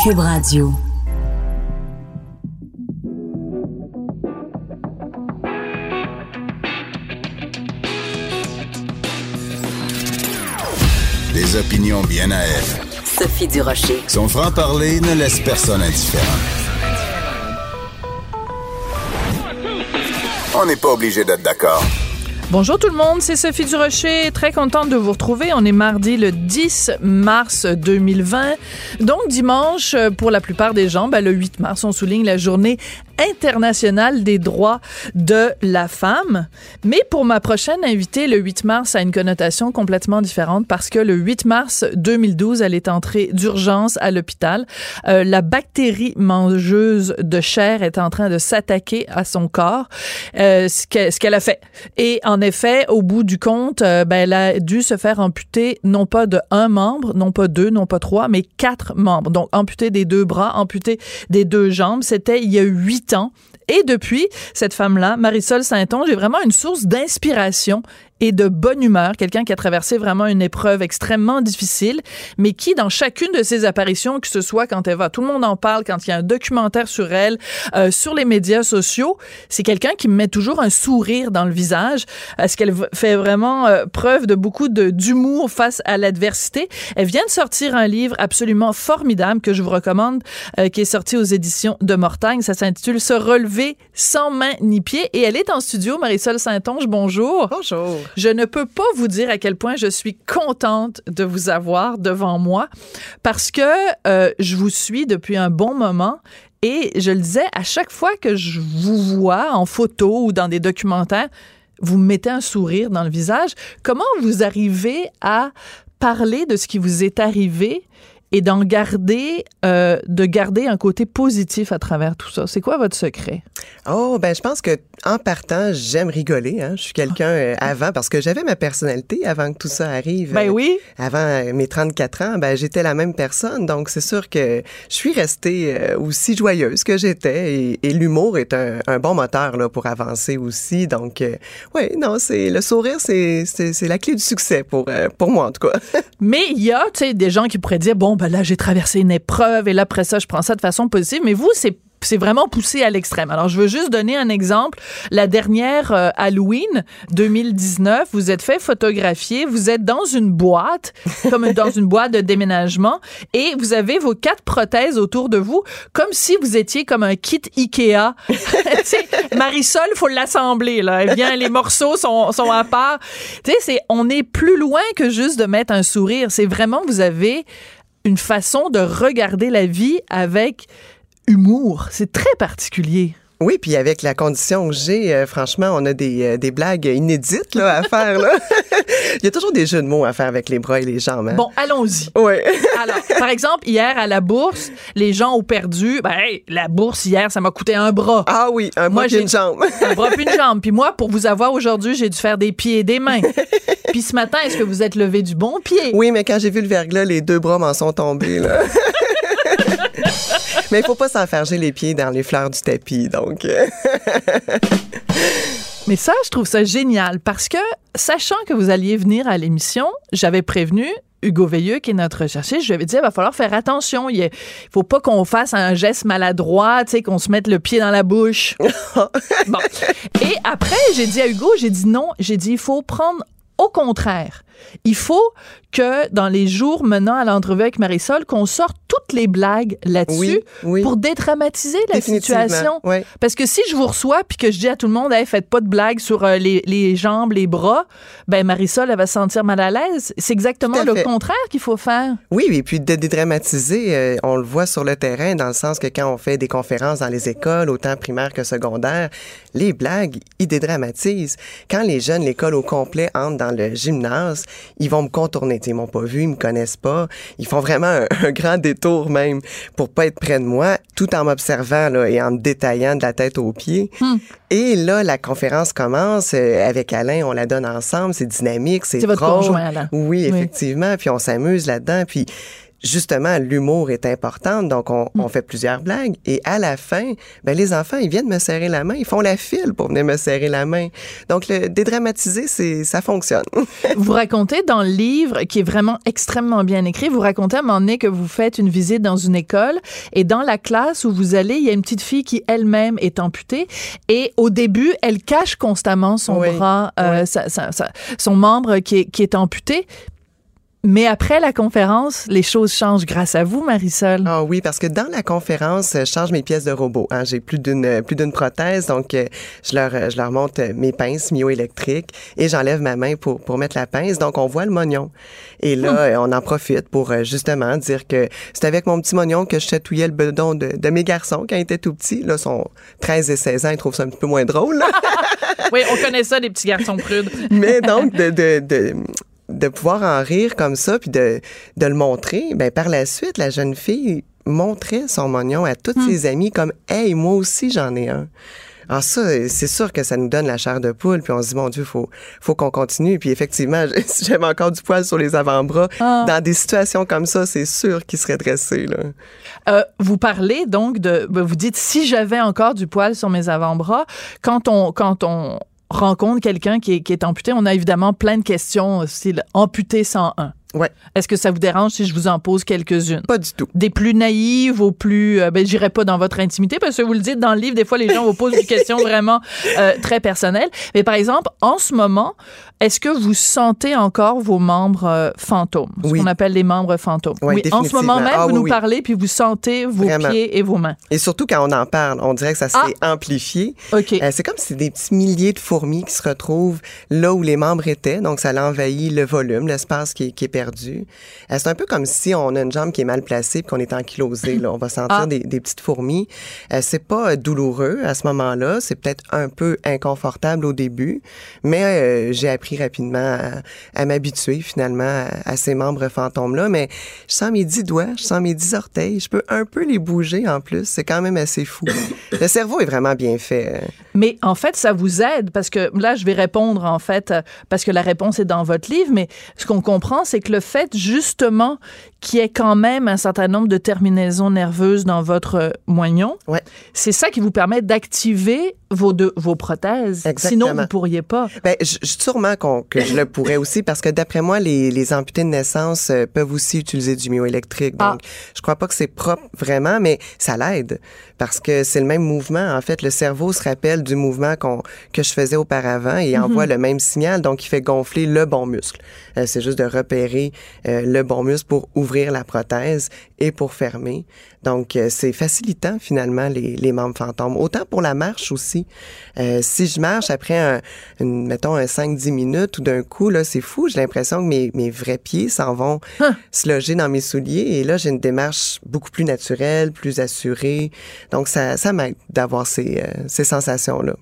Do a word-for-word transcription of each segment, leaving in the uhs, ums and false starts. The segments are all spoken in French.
Cube Radio. Des opinions bien à elle. Sophie Durocher. Son franc-parler ne laisse personne indifférent. On n'est pas obligé d'être d'accord. Bonjour tout le monde, c'est Sophie Durocher, très contente de vous retrouver. On est mardi le dix mars deux mille vingt. Donc dimanche, pour la plupart des gens, ben, le huit mars, on souligne la journée internationale des droits de la femme. Mais pour ma prochaine invitée, le huit mars a une connotation complètement différente parce que le huit mars deux mille douze, elle est entrée d'urgence à l'hôpital. Euh, la bactérie mangeuse de chair est en train de s'attaquer à son corps, euh, ce, que, ce qu'elle a fait. Et en En effet, au bout du compte, euh, ben, elle a dû se faire amputer non pas de un membre, non pas deux, non pas trois, mais quatre membres. Donc, amputer des deux bras, amputer des deux jambes. C'était il y a huit ans. Et depuis, cette femme-là, Marisol Saint-Onge, est vraiment une source d'inspiration et de bonne humeur, quelqu'un qui a traversé vraiment une épreuve extrêmement difficile, mais qui, dans chacune de ses apparitions, que ce soit quand elle va, tout le monde en parle, quand il y a un documentaire sur elle, euh, sur les médias sociaux, c'est quelqu'un qui me met toujours un sourire dans le visage. Est-ce qu'elle fait vraiment euh, preuve de beaucoup de, d'humour face à l'adversité? Elle vient de sortir un livre absolument formidable que je vous recommande, euh, qui est sorti aux éditions de Mortagne. Ça s'intitule « Se relever sans main ni pied » et elle est en studio. Marisol Saint-Onge, bonjour. Bonjour. Je ne peux pas vous dire à quel point je suis contente de vous avoir devant moi parce que euh, je vous suis depuis un bon moment et je le disais, à chaque fois que je vous vois en photo ou dans des documentaires, vous me mettez un sourire dans le visage. Comment vous arrivez à parler de ce qui vous est arrivé et d'en garder, euh, de garder un côté positif à travers tout ça? C'est quoi votre secret? Oh, ben je pense que en partant, j'aime rigoler. Hein. Je suis quelqu'un euh, avant, parce que j'avais ma personnalité avant que tout ça arrive. Ben oui. Euh, avant euh, mes trente-quatre ans, ben j'étais la même personne. Donc c'est sûr que je suis restée euh, aussi joyeuse que j'étais. Et, et l'humour est un, un bon moteur là pour avancer aussi. Donc euh, oui, non, c'est le sourire, c'est c'est, c'est la clé du succès pour euh, pour moi en tout cas. Mais il y a, tu sais, des gens qui pourraient dire bon ben là j'ai traversé une épreuve et là après ça je prends ça de façon positive. Mais vous c'est C'est vraiment poussé à l'extrême. Alors, je veux juste donner un exemple. La dernière euh, Halloween deux mille dix-neuf, vous êtes fait photographier, vous êtes dans une boîte, comme dans une boîte de déménagement, et vous avez vos quatre prothèses autour de vous, comme si vous étiez comme un kit Ikea. Tu sais, Marisol, il faut l'assembler, là. Elle vient, les morceaux sont, sont à part. Tu sais, c'est, on est plus loin que juste de mettre un sourire. C'est vraiment, vous avez une façon de regarder la vie avec humour. C'est très particulier. Oui, puis avec la condition que j'ai, euh, franchement, on a des, euh, des blagues inédites là, à faire. Là. Il y a toujours des jeux de mots à faire avec les bras et les jambes. Hein? Bon, allons-y. Oui. Alors, par exemple, hier à la bourse, les gens ont perdu. Ben, hey, la bourse hier, ça m'a coûté un bras. Ah oui, un bras puis une jambe. Un bras puis une jambe. Puis moi, pour vous avoir aujourd'hui, j'ai dû faire des pieds et des mains. Puis ce matin, est-ce que vous êtes levé du bon pied? Oui, mais quand j'ai vu le verglas, les deux bras m'en sont tombés. Là. Mais il faut pas s'enfarger les pieds dans les fleurs du tapis, donc... Mais ça, je trouve ça génial, parce que, sachant que vous alliez venir à l'émission, j'avais prévenu Hugo Veilleux, qui est notre chercheur, je lui avais dit, il va falloir faire attention. Il ne faut pas qu'on fasse un geste maladroit, tu sais, qu'on se mette le pied dans la bouche. Bon. Et après, j'ai dit à Hugo, j'ai dit non, j'ai dit, il faut prendre au contraire. Il faut que dans les jours menant à l'entrevue avec Marisol, qu'on sorte toutes les blagues là-dessus oui, oui. pour dédramatiser la situation. Oui. Parce que si je vous reçois puis que je dis à tout le monde, hey, faites pas de blagues sur euh, les, les jambes, les bras, ben Marisol, elle va se sentir mal à l'aise. C'est exactement le fait. Contraire qu'il faut faire. Oui, et puis de dédramatiser, euh, on le voit sur le terrain, dans le sens que quand on fait des conférences dans les écoles, autant primaires que secondaires, les blagues, ils dédramatisent. Quand les jeunes, l'école au complet, entrent dans le gymnase, ils vont me contourner. T'sais, ils m'ont pas vu, ils me connaissent pas. Ils font vraiment un, un grand détour même pour pas être près de moi, tout en m'observant là, et en me détaillant de la tête aux pieds. Hmm. Et là, la conférence commence euh, avec Alain, on la donne ensemble, c'est dynamique, c'est, c'est votre drôle. conjoint, Alain. Oui, effectivement. Oui. Puis on s'amuse là-dedans. Puis justement, l'humour est important, donc on, mm. on fait plusieurs blagues. Et à la fin, ben les enfants, ils viennent me serrer la main, ils font la file pour venir me serrer la main. Donc, le dédramatiser, c'est, ça fonctionne. Vous racontez dans le livre, qui est vraiment extrêmement bien écrit, vous racontez à un moment donné que vous faites une visite dans une école et dans la classe où vous allez, il y a une petite fille qui elle-même est amputée et au début, elle cache constamment son oui. bras, euh, oui. sa, sa, sa, son membre qui est, qui est amputé. Mais après la conférence, les choses changent grâce à vous, Marisol. Ah oui, parce que dans la conférence, je change mes pièces de robot. Hein. J'ai plus d'une plus d'une prothèse, donc euh, je leur je leur monte mes pinces myoélectriques et j'enlève ma main pour pour mettre la pince. Donc on voit le mognon. Et là, hum. on en profite pour euh, justement dire que c'est avec mon petit mognon que je chatouillais le bedon de, de mes garçons quand ils étaient tout petits. Là, ils sont treize et seize ans, ils trouvent ça un petit peu moins drôle. Oui, on connaît ça, des petits garçons prudes. Mais donc de de, de de pouvoir en rire comme ça, puis de, de le montrer, ben par la suite, la jeune fille montrait son mognon à toutes mm. ses amies comme « Hey, moi aussi, j'en ai un ». Alors ça, c'est sûr que ça nous donne la chair de poule, puis on se dit « Mon Dieu, faut faut qu'on continue ». Puis effectivement, si j'avais encore du poil sur les avant-bras, ah. dans des situations comme ça, c'est sûr qu'il serait dressé, là. Euh, vous parlez donc de... Vous dites « Si j'avais encore du poil sur mes avant-bras », quand on... Quand on rencontre quelqu'un qui est, qui est amputé, on a évidemment plein de questions, style amputé cent un. Ouais. Est-ce que ça vous dérange si je vous en pose quelques-unes? Pas du tout. Des plus naïves aux plus... Euh, ben, j'irai pas dans votre intimité parce que vous le dites dans le livre, des fois, les gens vous posent des questions vraiment euh, très personnelles. Mais par exemple, en ce moment, est-ce que vous sentez encore vos membres euh, fantômes? Ce oui. qu'on appelle les membres fantômes. Oui, oui. En ce moment même, ah, vous oui, nous oui. parlez puis vous sentez vos Vraiment. pieds et vos mains. Et surtout quand on en parle, on dirait que ça s'est ah. amplifié. OK. Euh, c'est comme si c'est des petits milliers de fourmis qui se retrouvent là où les membres étaient. Donc, ça l'envahit le volume, l'espace qui est, qui est perdu. Euh, c'est un peu comme si on a une jambe qui est mal placée et qu'on est ankylosé. Là. On va sentir ah. des, des petites fourmis. Euh, c'est pas douloureux à ce moment-là. C'est peut-être un peu inconfortable au début, mais euh, j'ai appris rapidement à, à m'habituer finalement à, à ces membres fantômes-là. Mais je sens mes dix doigts, je sens mes dix orteils. Je peux un peu les bouger en plus. C'est quand même assez fou. Le cerveau est vraiment bien fait. Mais en fait, ça vous aide parce que là, je vais répondre en fait parce que la réponse est dans votre livre, mais ce qu'on comprend, c'est que le fait justement qu'il y ait quand même un certain nombre de terminaisons nerveuses dans votre moignon, ouais. c'est ça qui vous permet d'activer vos, deux, vos prothèses. Exactement. Sinon, vous ne pourriez pas. Ben, je, sûrement qu'on, que je le pourrais aussi parce que d'après moi, les, les amputés de naissance euh, peuvent aussi utiliser du myoélectrique. Donc, ah. je crois pas que c'est propre vraiment, mais ça l'aide parce que c'est le même mouvement. En fait, le cerveau se rappelle du mouvement qu'on, que je faisais auparavant et mm-hmm. envoie le même signal. Donc, il fait gonfler le bon muscle. Euh, c'est juste de repérer euh, le bon muscle pour ouvrir la prothèse et pour fermer. Donc, euh, c'est facilitant finalement les, les membres fantômes. Autant pour la marche aussi. Euh, si je marche après, un, une, mettons, un cinq dix minutes, tout d'un coup, là, c'est fou. J'ai l'impression que mes, mes vrais pieds s'en vont hein? se loger dans mes souliers. Et là, j'ai une démarche beaucoup plus naturelle, plus assurée. Donc, ça, ça m'aide d'avoir ces, euh, ces sensations-là.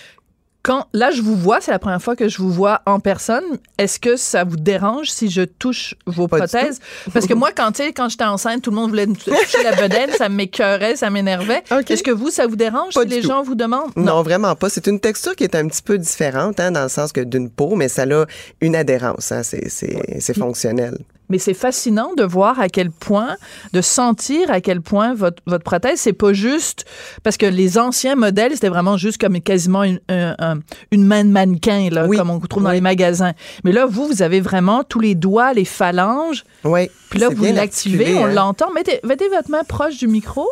Quand, là, je vous vois, c'est la première fois que je vous vois en personne. Est-ce que ça vous dérange si je touche vos Pas prothèses? Parce que moi, quand, quand j'étais enceinte, tout le monde voulait me toucher la bedaine, ça m'écœurait, ça m'énervait. Okay. Est-ce que vous, ça vous dérange pas si les tout. gens vous demandent? Non. non, vraiment pas. C'est une texture qui est un petit peu différente, hein, dans le sens que d'une peau, mais ça a une adhérence. Hein, c'est, c'est, c'est fonctionnel. Mais c'est fascinant de voir à quel point, de sentir à quel point votre, votre prothèse, c'est pas juste... Parce que les anciens modèles, c'était vraiment juste comme quasiment une, un, une main de mannequin, là, oui. comme on trouve dans oui. les magasins. Mais là, vous, vous avez vraiment tous les doigts, les phalanges. Oui. Puis là, vous l'activez, on hein. l'entend. Mettez, mettez votre main proche du micro.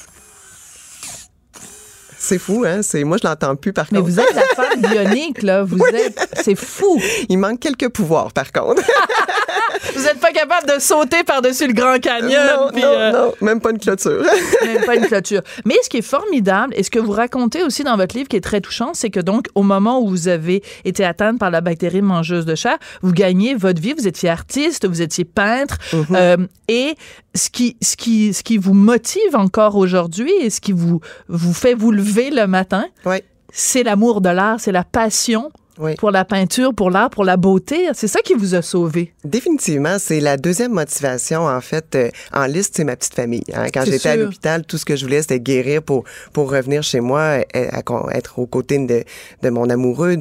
C'est fou, hein? C'est, moi, je l'entends plus, par Mais contre. Mais vous êtes la femme bionique, là. Vous oui. êtes... C'est fou. Il manque quelques pouvoirs, par contre. Vous n'êtes pas capable de sauter par-dessus le Grand Canyon. Non, puis, non, euh... non, même pas une clôture. Même pas une clôture. Mais ce qui est formidable, et ce que vous racontez aussi dans votre livre qui est très touchant, c'est que donc, au moment où vous avez été atteinte par la bactérie mangeuse de chair, vous gagnez votre vie, vous étiez artiste, vous étiez peintre, mm-hmm. euh, et ce qui, ce, qui, ce qui vous motive encore aujourd'hui et ce qui vous, vous fait vous lever le matin, ouais. c'est l'amour de l'art, c'est la passion. Oui. Pour la peinture, pour l'art, pour la beauté. C'est ça qui vous a sauvé. Définitivement, c'est la deuxième motivation, en fait, euh, en liste, c'est ma petite famille. Hein. Quand c'est j'étais sûr. à l'hôpital, tout ce que je voulais, c'était guérir pour, pour revenir chez moi, et, à, à, être aux côtés de, de mon amoureux, de mes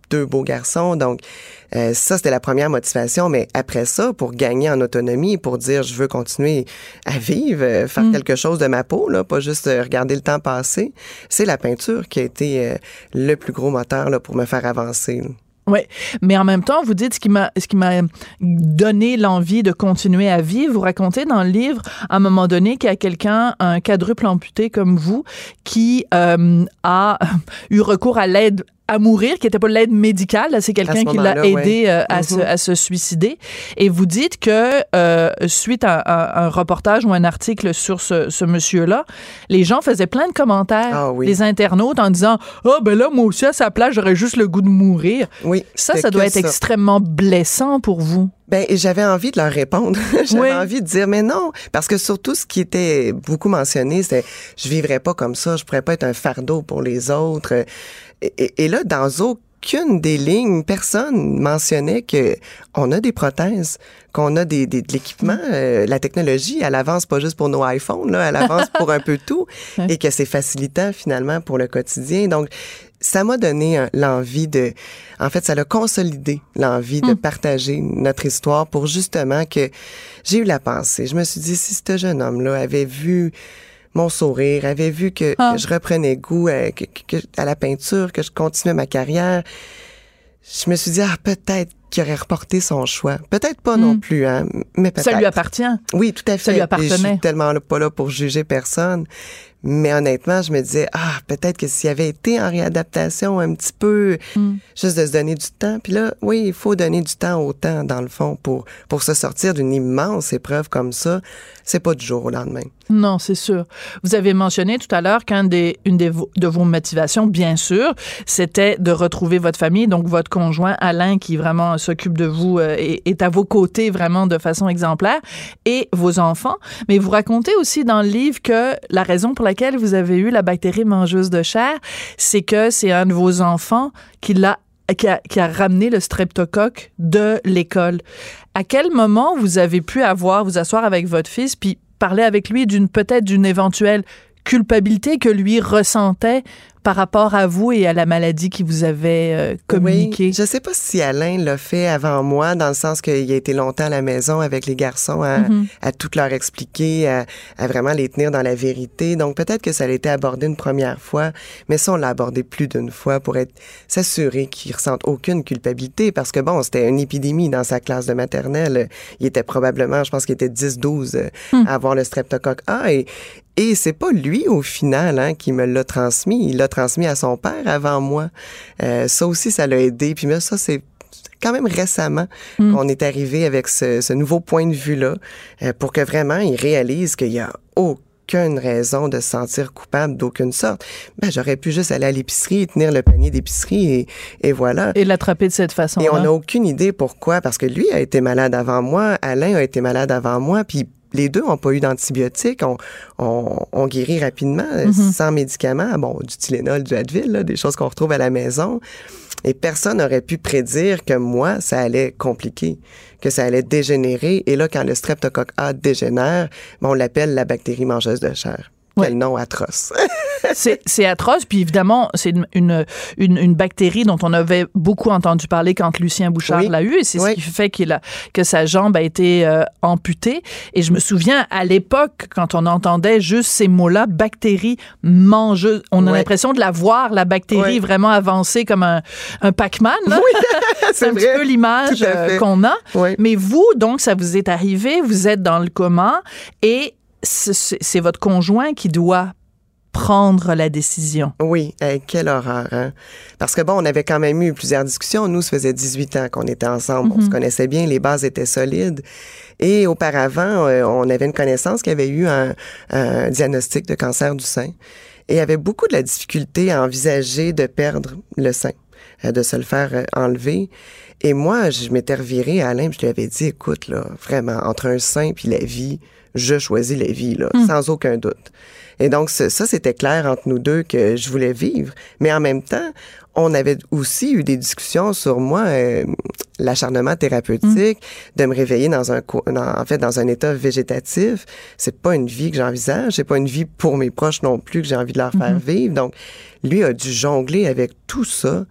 deux beaux garçons. Donc, euh, ça, c'était la première motivation. Mais après ça, pour gagner en autonomie, pour dire je veux continuer à vivre, euh, faire mm. quelque chose de ma peau, là, pas juste euh, regarder le temps passer, c'est la peinture qui a été euh, le plus gros moteur là, pour me faire avancer. Là. Oui, mais en même temps, vous dites ce qui m'a ce qui m'a donné l'envie de continuer à vivre. Vous racontez dans le livre, à un moment donné, qu'il y a quelqu'un, un quadruple amputé comme vous, qui euh, a eu recours à l'aide à mourir, qui n'était pas l'aide médicale, là, c'est quelqu'un qui l'a aidé ouais. euh, à, mm-hmm. se, à se suicider. Et vous dites que, euh, suite à, à un reportage ou un article sur ce, ce monsieur-là, les gens faisaient plein de commentaires, ah, oui. les internautes, en disant « Ah, oh, ben là, moi aussi, à sa place, j'aurais juste le goût de mourir. » Oui. Ça, ça doit être ça. extrêmement blessant pour vous. Ben, j'avais envie de leur répondre. j'avais oui. envie de dire, mais non. Parce que surtout, ce qui était beaucoup mentionné, c'était, je vivrais pas comme ça, je pourrais pas être un fardeau pour les autres. Et, et, et là, dans aucune des lignes, personne mentionnait que on a des prothèses, qu'on a des, des, de l'équipement. Euh, la technologie, elle avance pas juste pour nos iPhones, là, elle avance pour un peu tout. Et que c'est facilitant, finalement, pour le quotidien. Donc, ça m'a donné hein, l'envie de... En fait, ça l'a consolidé l'envie de mmh. partager notre histoire pour justement que... J'ai eu la pensée. Je me suis dit, si ce jeune homme-là avait vu mon sourire, avait vu que, ah. que je reprenais goût à, que, que, à la peinture, que je continuais ma carrière, je me suis dit, ah, peut-être qu'il aurait reporté son choix. Peut-être pas mmh. non plus, hein, mais peut-être. Ça lui appartient. Oui, tout à fait. Ça lui appartenait. Et je suis tellement là, pas là pour juger personne. Mais honnêtement, je me disais, ah, peut-être que s'il avait été en réadaptation un petit peu, mm. juste de se donner du temps. Puis là, oui, il faut donner du temps au temps, dans le fond, pour, pour se sortir d'une immense épreuve comme ça. C'est pas du jour au lendemain. Non, c'est sûr. Vous avez mentionné tout à l'heure qu'une des, une des, de vos motivations, bien sûr, c'était de retrouver votre famille, donc votre conjoint Alain, qui vraiment s'occupe de vous euh, et est à vos côtés vraiment de façon exemplaire, et vos enfants. Mais vous racontez aussi dans le livre que la raison pour laquelle vous avez eu la bactérie mangeuse de chair, c'est que c'est un de vos enfants qui l'a Qui a, qui a ramené le streptocoque de l'école. À quel moment vous avez pu avoir, vous asseoir avec votre fils, puis parler avec lui d'une peut-être d'une éventuelle culpabilité que lui ressentait par rapport à vous et à la maladie qui vous avait euh, communiqué? Oui, je sais pas si Alain l'a fait avant moi, dans le sens qu'il a été longtemps à la maison avec les garçons à, mm-hmm. à tout leur expliquer, à, à vraiment les tenir dans la vérité. Donc peut-être que ça a été abordé une première fois, mais ça, on l'a abordé plus d'une fois pour être s'assurer qu'il ressente aucune culpabilité, parce que bon, c'était une épidémie dans sa classe de maternelle. Il était probablement, je pense qu'il était dix douze mm. à avoir le streptocoque A, et Et c'est pas lui, au final, hein, qui me l'a transmis. Il l'a transmis à son père avant moi. Euh, ça aussi, ça l'a aidé. Puis mais ça, c'est quand même récemment mm. qu'on est arrivé avec ce, ce nouveau point de vue-là euh, pour que vraiment il réalise qu'il y a aucune raison de se sentir coupable d'aucune sorte. Ben, j'aurais pu juste aller à l'épicerie, tenir le panier d'épicerie et, et voilà. Et l'attraper de cette façon-là. Et on n'a aucune idée pourquoi, parce que lui a été malade avant moi, Alain a été malade avant moi, puis les deux n'ont pas eu d'antibiotiques, on, on, on guérit rapidement, mm-hmm. sans médicaments, bon, du Tylenol, du Advil, là, des choses qu'on retrouve à la maison. Et personne n'aurait pu prédire que moi, ça allait compliquer, que ça allait dégénérer. Et là, quand le streptocoque A dégénère, bon, on l'appelle la bactérie mangeuse de chair. Ouais. Quel nom atroce. c'est, c'est atroce, puis évidemment, c'est une, une, une, une bactérie dont on avait beaucoup entendu parler quand Lucien Bouchard oui. l'a eu, et c'est oui. ce qui fait qu'il a, que sa jambe a été euh, amputée. Et je me souviens, à l'époque, quand on entendait juste ces mots-là, bactérie mangeuse, on a oui. l'impression de la voir, la bactérie oui. vraiment avancée comme un, un Pac-Man. Là. Oui, c'est, c'est un vrai. Petit peu l'image euh, qu'on a. Oui. Mais vous, donc, ça vous est arrivé, vous êtes dans le coma, et c'est, c'est votre conjoint qui doit prendre la décision. Oui, hey, quelle horreur, hein? Parce que bon, on avait quand même eu plusieurs discussions. Nous, ça faisait dix-huit ans qu'on était ensemble. Mm-hmm. On se connaissait bien, les bases étaient solides. Et auparavant, euh, on avait une connaissance qui avait eu un, un diagnostic de cancer du sein et avait beaucoup de la difficulté à envisager de perdre le sein, euh, de se le faire euh, enlever. Et moi, je m'étais revirée à Alain, je lui avais dit, écoute, là, vraiment, entre un sein puis la vie, je choisis la vie, là, mm. sans aucun doute. Et donc, ça, ça, c'était clair entre nous deux que je voulais vivre. Mais en même temps, on avait aussi eu des discussions sur moi, euh, l'acharnement thérapeutique, mmh. de me réveiller dans un, dans, en fait, dans un état végétatif. C'est pas une vie que j'envisage. C'est pas une vie pour mes proches non plus que j'ai envie de leur faire mmh. vivre. Donc, lui a dû jongler avec tout ça.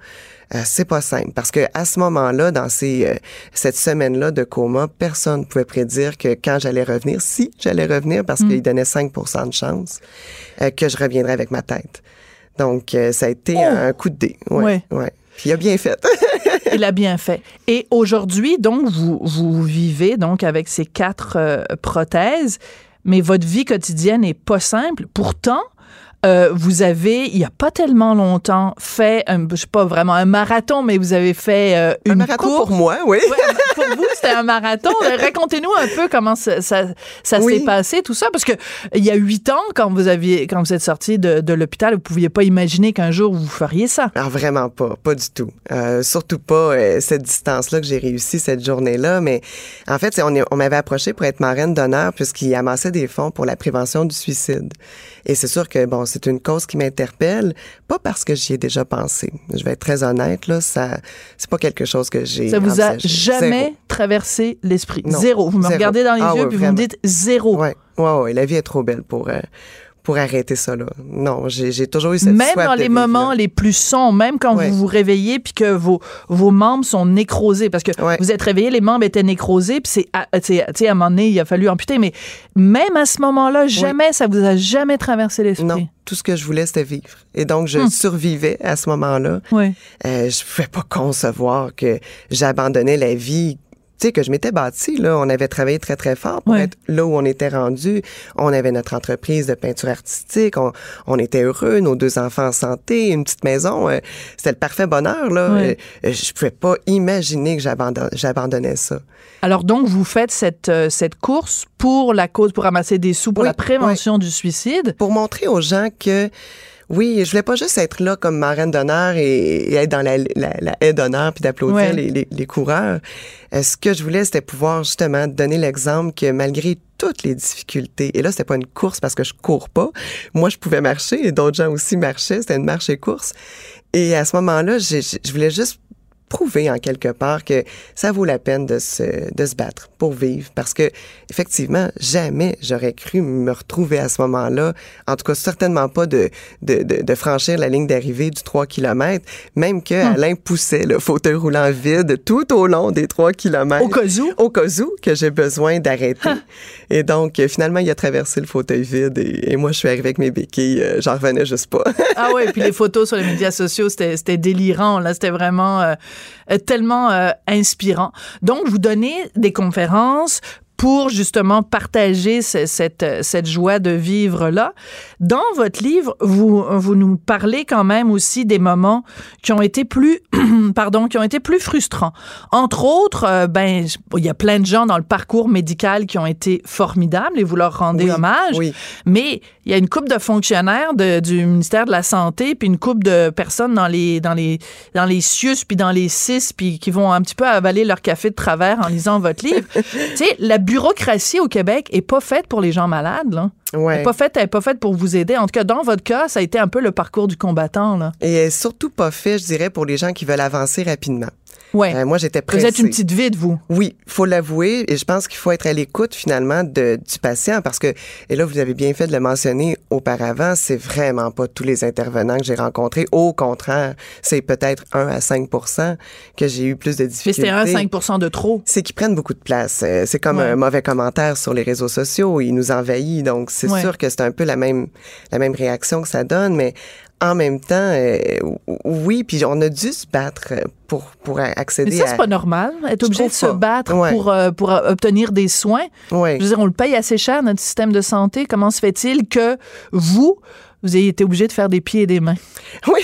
Euh, c'est pas simple parce que à ce moment-là, dans ces euh, cette semaine-là de coma, personne ne pouvait prédire que quand j'allais revenir, si j'allais revenir, parce mmh. qu'il donnait cinq pour cent de chance, euh, que je reviendrais avec ma tête. Donc, euh, ça a été oh. un coup de dé. Ouais, oui. ouais. Puis il a bien fait. Il a bien fait. Et aujourd'hui, donc, vous, vous vivez donc avec ces quatre euh, prothèses, mais votre vie quotidienne n'est pas simple. Pourtant, Euh, vous avez, il n'y a pas tellement longtemps, fait, un, je sais pas vraiment un marathon, mais vous avez fait euh, une un marathon course. pour moi, oui. Ouais, pour vous, c'était un marathon. Racontez-nous un peu comment ça, ça, ça oui. s'est passé, tout ça, parce que il y a huit ans, quand vous aviez, quand vous êtes sorti de, de l'hôpital, vous pouviez pas imaginer qu'un jour vous feriez ça. Alors vraiment pas, pas du tout. Euh, surtout pas euh, cette distance-là que j'ai réussi cette journée-là, mais en fait, on, est, on m'avait approché pour être marraine d'honneur puisqu'il amassait des fonds pour la prévention du suicide. Et c'est sûr que, bon, c'est une cause qui m'interpelle, pas parce que j'y ai déjà pensé. Je vais être très honnête, là, ça, c'est pas quelque chose que j'ai Ça vous a envisagé. jamais Zéro. traversé l'esprit? Non. Zéro. Vous me Zéro. regardez dans les ah, yeux ouais, puis vraiment. vous me dites zéro. Ouais, ouais, ouais. La vie est trop belle pour... Euh, pour arrêter ça, là. Non, j'ai, j'ai toujours eu cette même soif dans de les vivre, moments là. les plus sombres, même quand ouais. vous vous réveillez puis que vos, vos membres sont nécrosés, parce que ouais. vous êtes réveillé, les membres étaient nécrosés, puis c'est, tu sais, à un moment donné, il a fallu amputer, mais même à ce moment-là, jamais, ouais. ça vous a jamais traversé l'esprit? Non, tout ce que je voulais, c'était vivre. Et donc, je hum. survivais à ce moment-là. Oui. Euh, je pouvais pas concevoir que j'abandonnais la vie tu sais, que je m'étais bâtie, là. On avait travaillé très, très fort pour ouais. être là où on était rendu. On avait notre entreprise de peinture artistique. On, on était heureux, nos deux enfants en santé, une petite maison. Euh, c'était le parfait bonheur, là. Ouais. Euh, je pouvais pas imaginer que j'abandon, j'abandonnais ça. Alors donc, vous faites cette, euh, cette course pour la cause, pour ramasser des sous pour oui, la prévention oui. du suicide. Pour montrer aux gens que oui, je voulais pas juste être là comme marraine d'honneur et, et être dans la, la, la haie d'honneur puis d'applaudir ouais. les, les, les coureurs. Euh, ce que je voulais, c'était pouvoir justement donner l'exemple que malgré toutes les difficultés, et là, c'était pas une course parce que je cours pas. Moi, je pouvais marcher et d'autres gens aussi marchaient. C'était une marche et course. Et à ce moment-là, j'ai, je voulais juste prouver en quelque part que ça vaut la peine de se de se battre pour vivre, parce que effectivement jamais j'aurais cru me retrouver à ce moment-là, en tout cas certainement pas de de de, de franchir la ligne d'arrivée du trois kilomètres, même que hum. Alain poussait le fauteuil roulant vide tout au long des trois kilomètres. Au cas où au cas où que j'ai besoin d'arrêter. Hein. Et donc finalement il a traversé le fauteuil vide et, et moi je suis arrivée avec mes béquilles, euh, j'en revenais juste pas. Ah ouais, puis les photos sur les médias sociaux, c'était c'était délirant là, c'était vraiment euh, tellement euh, inspirant. Donc, vous donnez des conférences pour justement partager ce, cette, cette joie de vivre-là. Dans votre livre, vous, vous nous parlez quand même aussi des moments qui ont été plus, pardon, qui ont été plus frustrants. Entre autres, euh, ben, il y a plein de gens dans le parcours médical qui ont été formidables et vous leur rendez oui, hommage. Oui. Mais il y a une couple de fonctionnaires de, du ministère de la Santé puis une couple de personnes dans les, dans les, dans les CIUS puis dans les C I S puis qui vont un petit peu avaler leur café de travers en lisant votre livre. Tu sais, la bureaucratie au Québec est pas faite pour les gens malades, là. Ouais. Elle est pas faite, elle est pas faite pour vous aider. En tout cas, dans votre cas, ça a été un peu le parcours du combattant, là. Et elle est surtout pas fait, je dirais, pour les gens qui veulent avancer rapidement. Ouais. Euh, moi, j'étais pressée. Vous êtes une petite vide, vous. Oui, faut l'avouer. Et je pense qu'il faut être à l'écoute, finalement, de, du patient. Parce que, et là, vous avez bien fait de le mentionner auparavant, c'est vraiment pas tous les intervenants que j'ai rencontrés. Au contraire, c'est peut-être un à cinq pour cent que j'ai eu plus de difficultés. Mais c'était un à cinq pour cent de trop. C'est qu'ils prennent beaucoup de place. C'est comme ouais. un mauvais commentaire sur les réseaux sociaux. Il nous envahit. Donc, c'est ouais. sûr que c'est un peu la même, la même réaction que ça donne. Mais en même temps, euh, oui, puis on a dû se battre pour pour accéder à... Mais ça, c'est pas normal, être obligé de se pas. battre ouais. pour, euh, pour obtenir des soins. Ouais. Je veux dire, on le paye assez cher, notre système de santé. Comment se fait-il que vous, vous ayez été obligé de faire des pieds et des mains? Oui.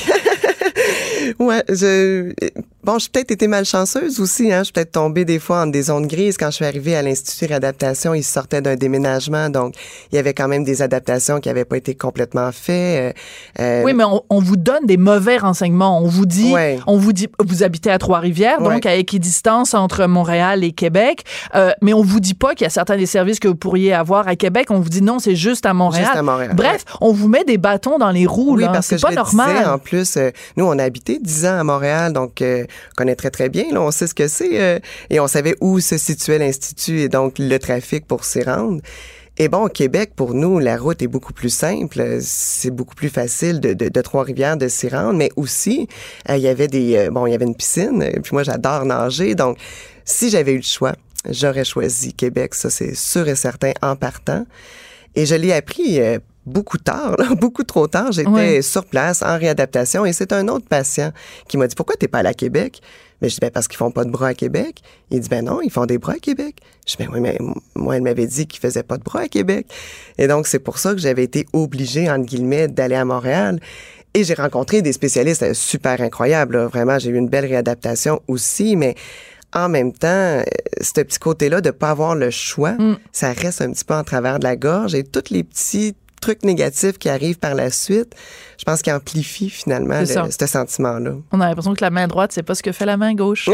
Ouais, je... Bon, j'ai peut-être été malchanceuse aussi, hein. Je suis peut-être tombée des fois en des zones grises. Quand je suis arrivée à l'Institut Réadaptation, ils sortaient d'un déménagement, donc il y avait quand même des adaptations qui n'avaient pas été complètement faites. Euh... Oui, mais on, on vous donne des mauvais renseignements. On vous dit, ouais. on vous dit, vous habitez à Trois-Rivières, donc ouais. à équidistance entre Montréal et Québec, euh, mais on vous dit pas qu'il y a certains des services que vous pourriez avoir à Québec. On vous dit non, c'est juste à Montréal. Juste à Montréal. Bref, ouais. on vous met des bâtons dans les roues. Oui, là. parce c'est que pas je normal. Disais, en plus, euh, nous, on a habité dix ans à Montréal, donc euh, on connaît très, très bien. Là, on sait ce que c'est. Euh, et on savait où se situait l'Institut et donc le trafic pour s'y rendre. Et bon, au Québec, pour nous, la route est beaucoup plus simple. C'est beaucoup plus facile de, de, de Trois-Rivières de s'y rendre, mais aussi, il euh, y avait des, euh, bon, il y avait une piscine. Et puis moi, j'adore nager. Donc, si j'avais eu le choix, j'aurais choisi Québec. Ça, c'est sûr et certain en partant. Et je l'ai appris euh, beaucoup tard, là, beaucoup trop tard. J'étais ouais. sur place en réadaptation et c'est un autre patient qui m'a dit « Pourquoi t'es pas allé à Québec? » Ben, je dis, ben, parce qu'ils font pas de bras à Québec. Il dit, ben non, ils font des bras à Québec. Je dis, ben oui, mais moi, elle m'avait dit qu'ils faisaient pas de bras à Québec. Et donc, c'est pour ça que j'avais été obligée, entre guillemets, d'aller à Montréal. Et j'ai rencontré des spécialistes super incroyables, là. Vraiment, j'ai eu une belle réadaptation aussi, mais en même temps, ce petit côté-là de pas avoir le choix, mm. ça reste un petit peu en travers de la gorge et tous les petits trucs négatifs qui arrivent par la suite, je pense qu'ils amplifient finalement le, ce sentiment-là. On a l'impression que la main droite, c'est pas ce que fait la main gauche.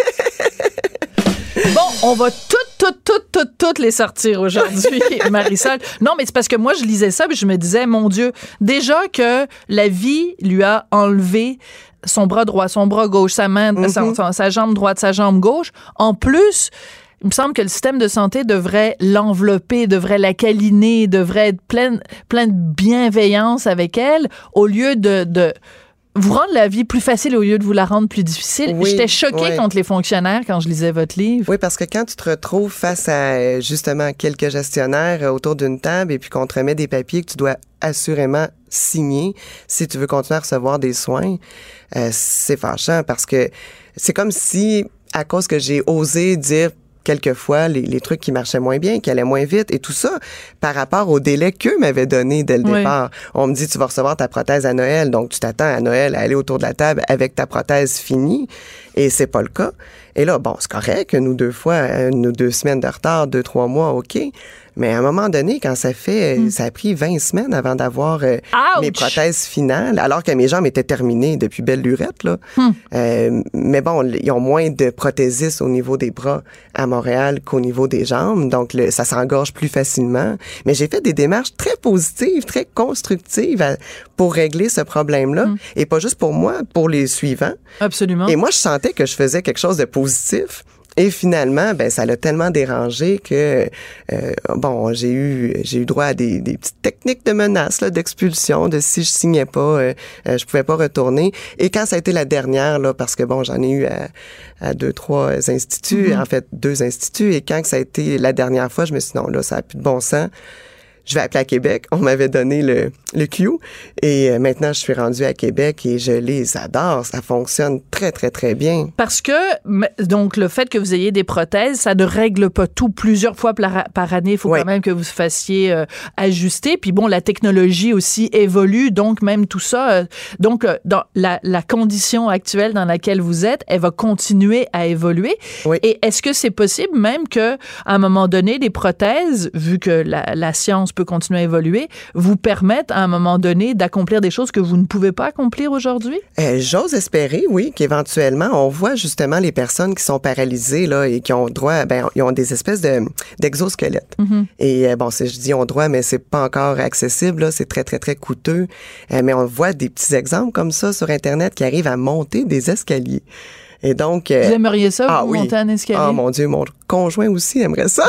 Bon, on va toutes, toutes, toutes, toutes, toutes les sortir aujourd'hui, Marisol. Non, mais c'est parce que moi, je lisais ça et je me disais, mon Dieu, déjà que la vie lui a enlevé son bras droit, son bras gauche, sa main, mm-hmm. sa, sa jambe droite, sa jambe gauche. En plus, il me semble que le système de santé devrait l'envelopper, devrait la câliner, devrait être plein, plein de bienveillance avec elle, au lieu de, de vous rendre la vie plus facile au lieu de vous la rendre plus difficile. Oui, j'étais choquée oui. contre les fonctionnaires quand je lisais votre livre. Oui, parce que quand tu te retrouves face à, justement, quelques gestionnaires autour d'une table et puis qu'on te remet des papiers que tu dois assurément signer si tu veux continuer à recevoir des soins, euh, c'est fâchant parce que c'est comme si, à cause que j'ai osé dire quelquefois les, les trucs qui marchaient moins bien, qui allaient moins vite et tout ça par rapport au délai qu'eux m'avaient donné dès le oui. départ. On me dit, tu vas recevoir ta prothèse à Noël, donc tu t'attends à Noël à aller autour de la table avec ta prothèse finie et c'est pas le cas. Et là, bon, c'est correct, nous deux fois, nous deux semaines de retard, deux, trois mois, OK. Mais à un moment donné, quand ça fait, mm. ça a pris vingt semaines avant d'avoir euh, mes prothèses finales, alors que mes jambes étaient terminées depuis belle lurette, là. Mm. Euh, mais bon, ils ont moins de prothésistes au niveau des bras à Montréal qu'au niveau des jambes, donc le, ça s'engorge plus facilement. Mais j'ai fait des démarches très positives, très constructives à, pour régler ce problème-là, mm. et pas juste pour moi, pour les suivants. Absolument. Et moi, je sentais que je faisais quelque chose de positif. Et finalement, ben ça l'a tellement dérangé que euh, bon, j'ai eu j'ai eu droit à des, des petites techniques de menaces là, d'expulsion, de si je signais pas, euh, euh, je pouvais pas retourner. Et quand ça a été la dernière là, parce que bon, j'en ai eu à, à deux trois instituts, mm-hmm. en fait deux instituts. Et quand ça a été la dernière fois, je me suis dit non là, ça a plus de bon sens. Je vais appeler à Québec. On m'avait donné le, le Q. Et euh, maintenant, je suis rendue à Québec et je les adore. Ça fonctionne très, très, très bien. Parce que, donc, le fait que vous ayez des prothèses, ça ne règle pas tout. Plusieurs fois par, par année, il faut oui. quand même que vous fassiez euh, ajuster. Puis bon, la technologie aussi évolue. Donc, même tout ça. Euh, donc, euh, dans la, la condition actuelle dans laquelle vous êtes, elle va continuer à évoluer. Oui. Et est-ce que c'est possible même qu'à un moment donné, les prothèses, vu que la, la science peut continuer à évoluer, vous permettent à un moment donné d'accomplir des choses que vous ne pouvez pas accomplir aujourd'hui? Euh, j'ose espérer, oui, qu'éventuellement, on voit justement les personnes qui sont paralysées là, et qui ont droit, ben, ils ont des espèces de, d'exosquelettes. Mm-hmm. Et euh, bon, c'est, je dis on droit, mais c'est pas encore accessible, là, c'est très, très, très coûteux. Euh, mais on voit des petits exemples comme ça sur Internet qui arrivent à monter des escaliers. Et donc... Euh, vous aimeriez ça, ah, vous oui. monter un escalier? Ah, mon Dieu, mon conjoint aussi aimerait ça.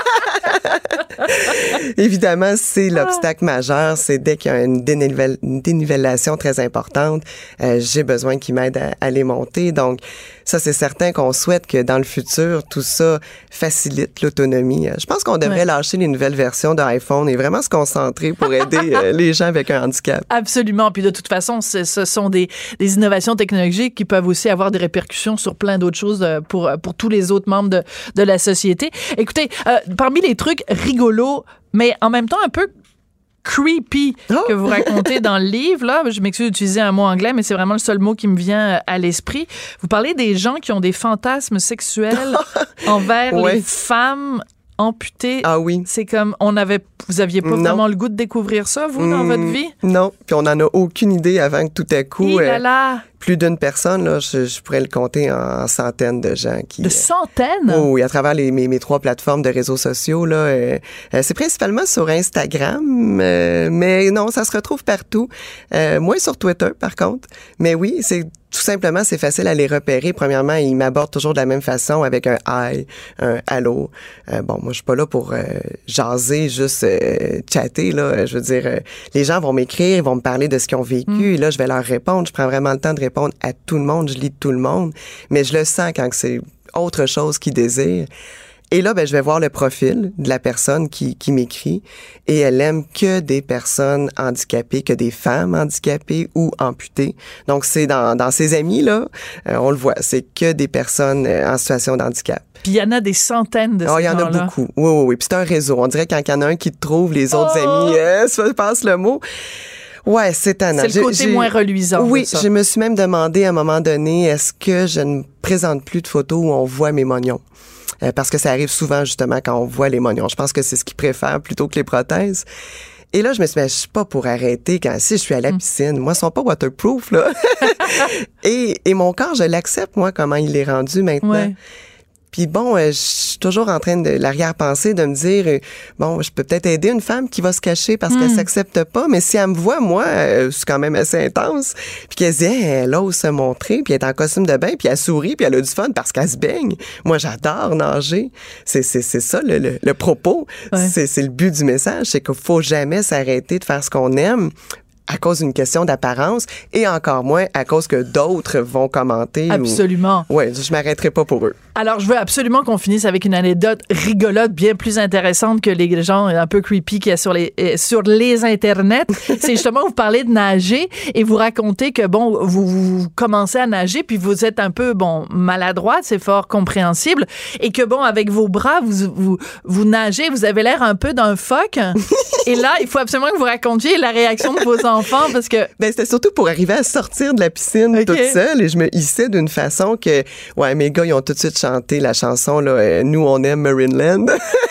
Évidemment, c'est l'obstacle majeur. C'est dès qu'il y a une, dénivel, une dénivellation très importante, euh, j'ai besoin qu'il m'aide à, à les monter. Donc, ça, c'est certain qu'on souhaite que dans le futur, tout ça facilite l'autonomie. Je pense qu'on devrait ouais. lâcher les nouvelles versions d'iPhone et vraiment se concentrer pour aider euh, les gens avec un handicap. Absolument. Puis de toute façon, ce sont des, des innovations technologiques qui peuvent aussi avoir des répercussions sur plein d'autres choses pour, pour tous les autres membres de, de la société. Écoutez, euh, parmi les trucs rigolos, mais en même temps un peu creepy oh! que vous racontez dans le livre, là, je m'excuse d'utiliser un mot anglais, mais c'est vraiment le seul mot qui me vient à l'esprit. Vous parlez des gens qui ont des fantasmes sexuels envers ouais. les femmes amputées. Ah oui. C'est comme, on avait, vous aviez pas non. vraiment le goût de découvrir ça, vous, dans mmh, votre vie? Non, puis on n'en a aucune idée avant que tout à coup... Euh, plus d'une personne, là, je, je pourrais le compter en centaines de gens. Qui, de centaines? Euh, oui, à travers les, mes, mes trois plateformes de réseaux sociaux. Là, euh, euh, c'est principalement sur Instagram, euh, mais non, ça se retrouve partout. Euh, moins sur Twitter, par contre. Mais oui, c'est tout simplement, c'est facile à les repérer. Premièrement, ils m'abordent toujours de la même façon avec un « hi », un « allô ». Euh, bon, moi, je suis pas là pour euh, jaser, juste euh, chatter, là. Je veux dire, euh, les gens vont m'écrire, ils vont me parler de ce qu'ils ont vécu, mm. et là, je vais leur répondre. Je prends vraiment le temps de répondre à tout le monde, je lis tout le monde, mais je le sens quand c'est autre chose qu'ils désirent. Et là, ben, je vais voir le profil de la personne qui, qui m'écrit et elle aime que des personnes handicapées, que des femmes handicapées ou amputées. Donc, c'est dans, dans ses amis, là, euh, on le voit, c'est que des personnes en situation de handicap. Puis il y en a des centaines de ces gens-là. Il y en a beaucoup. Oui, oui, oui. Puis c'est un réseau. On dirait que quand il y en a un qui te trouve, les autres oh! amis, euh, ça passe le mot. Ouais, c'est tannant. C'est le côté j'ai, moins reluisant. Oui, je me suis même demandé à un moment donné, est-ce que je ne présente plus de photos où on voit mes mognons? Euh, parce que ça arrive souvent, justement, quand on voit les mognons. Je pense que c'est ce qu'ils préfèrent plutôt que les prothèses. Et là, je me suis dit, je suis pas pour arrêter quand si je suis à la piscine. Moi, ils sont pas waterproof, là. et, et mon corps, je l'accepte, moi, comment il est rendu maintenant. Ouais. Puis bon, euh, je suis toujours en train de l'arrière-pensée de me dire, euh, bon, je peux peut-être aider une femme qui va se cacher parce mmh. qu'elle s'accepte pas, mais si elle me voit, moi, euh, c'est quand même assez intense. Puis qu'elle se dit, hey, elle ose se montrer, puis elle est en costume de bain, puis elle sourit, puis elle a du fun parce qu'elle se baigne. Moi, j'adore nager. C'est c'est c'est ça le, le, le propos. Ouais. C'est c'est le but du message, c'est qu'il faut jamais s'arrêter de faire ce qu'on aime à cause d'une question d'apparence et encore moins à cause que d'autres vont commenter. Absolument. Ou... Ouais, je m'arrêterai pas pour eux. Alors, je veux absolument qu'on finisse avec une anecdote rigolote, bien plus intéressante que les gens un peu creepy qu'il y a sur les, sur les internets. C'est justement, vous parlez de nager et vous racontez que, bon, vous, vous commencez à nager puis vous êtes un peu, bon, maladroite, c'est fort compréhensible, et que, bon, avec vos bras, vous, vous, vous nagez, vous avez l'air un peu d'un phoque. Et là, il faut absolument que vous racontiez la réaction de vos enfants parce que... Ben, c'était surtout pour arriver à sortir de la piscine okay. toute seule et je me hissais d'une façon que, ouais, mes gars, ils ont tout de suite chanté la chanson, là, euh, Nous, on aime Marineland.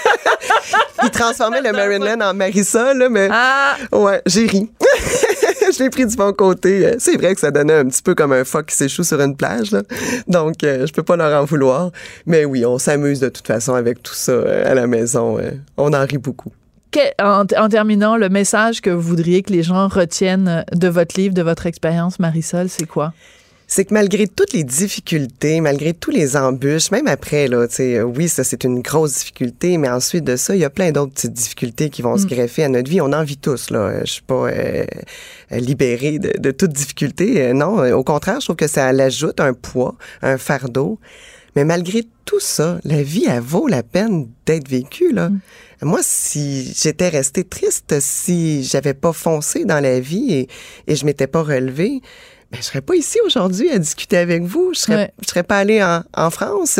Ils transformaient le Marineland en Marisol, là, mais ah. ouais, j'ai ri. Je l'ai pris du bon côté. C'est vrai que ça donnait un petit peu comme un phoque qui s'échoue sur une plage, là. Donc, euh, je peux pas leur en vouloir. Mais oui, on s'amuse de toute façon avec tout ça euh, à la maison. Euh, on en rit beaucoup. En, en terminant, le message que vous voudriez que les gens retiennent de votre livre, de votre expérience, Marisol, c'est quoi? C'est que malgré toutes les difficultés, malgré tous les embûches, même après, là, tu sais, oui, ça, c'est une grosse difficulté, mais ensuite de ça, il y a plein d'autres petites difficultés qui vont mm. se greffer à notre vie. On en vit tous, là. Je suis pas euh, libérée de, de toute difficulté. Euh, non, au contraire, je trouve que ça l'ajoute un poids, un fardeau. Mais malgré tout ça, la vie, elle vaut la peine d'être vécue, là. Mm. Moi, si j'étais restée triste, si j'avais pas foncé dans la vie et, et je m'étais pas relevée, ben, je serais pas ici aujourd'hui à discuter avec vous. Je serais, ouais. je serais pas allée en, en France.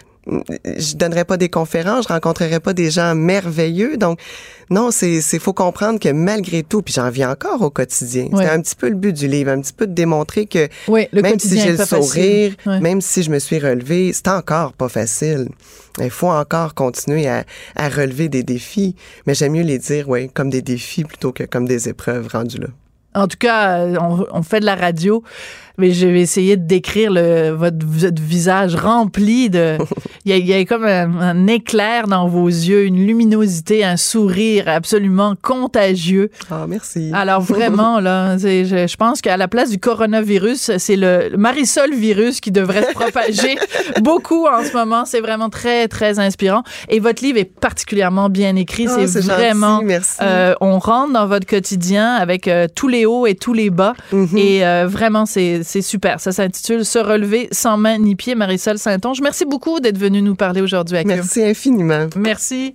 Je donnerais pas des conférences. Je rencontrerais pas des gens merveilleux. Donc, non, c'est, c'est, faut comprendre que malgré tout, puis j'en vis encore au quotidien. Ouais. C'est un petit peu le but du livre, un petit peu de démontrer que ouais, le même si j'ai le sourire, ouais. même si je me suis relevée, c'est encore pas facile. Il faut encore continuer à, à relever des défis. Mais j'aime mieux les dire, ouais, comme des défis plutôt que comme des épreuves rendues là. En tout cas, on, on fait de la radio, mais je vais essayer de décrire le, votre, votre visage rempli de... Il y a, il y a comme un, un éclair dans vos yeux, une luminosité, un sourire absolument contagieux. Ah, merci. Alors vraiment, là, c'est, je, je pense qu'à la place du coronavirus, c'est le Marisol virus qui devrait se propager beaucoup en ce moment. C'est vraiment très, très inspirant. Et votre livre est particulièrement bien écrit. Oh, c'est, c'est vraiment... gentil, merci. Euh, on rentre dans votre quotidien avec euh, tous les hauts et tous les bas. Mm-hmm. Et euh, vraiment, c'est, c'est super. Ça s'intitule « Se relever sans main ni pied », Marisol Saint-Onge. Merci beaucoup d'être venue nous parler aujourd'hui à Q. Merci infiniment. Merci.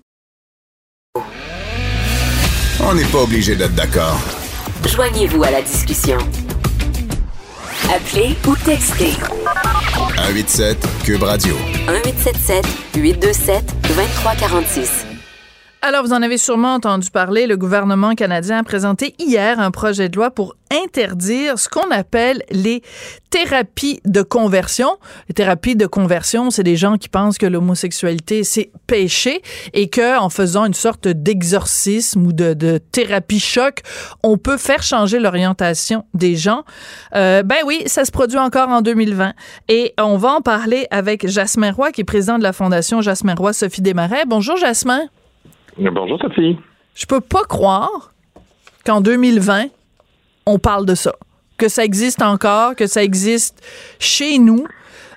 On n'est pas obligé d'être d'accord. Joignez-vous à la discussion. Appelez ou textez. un huit sept Cube Radio. un huit sept sept huit deux sept deux trois quatre six. Alors, vous en avez sûrement entendu parler, le gouvernement canadien a présenté hier un projet de loi pour interdire ce qu'on appelle les thérapies de conversion. Les thérapies de conversion, c'est des gens qui pensent que l'homosexualité, c'est péché et que en faisant une sorte d'exorcisme ou de, de thérapie choc, on peut faire changer l'orientation des gens. Euh, ben oui, ça se produit encore en deux mille vingt. Et on va en parler avec Jasmin Roy, qui est président de la Fondation Jasmin Roy Sophie Desmarais. Bonjour, Jasmin. Bonjour, Sophie. Je peux pas croire qu'en deux mille vingt, on parle de ça. Que ça existe encore, que ça existe chez nous.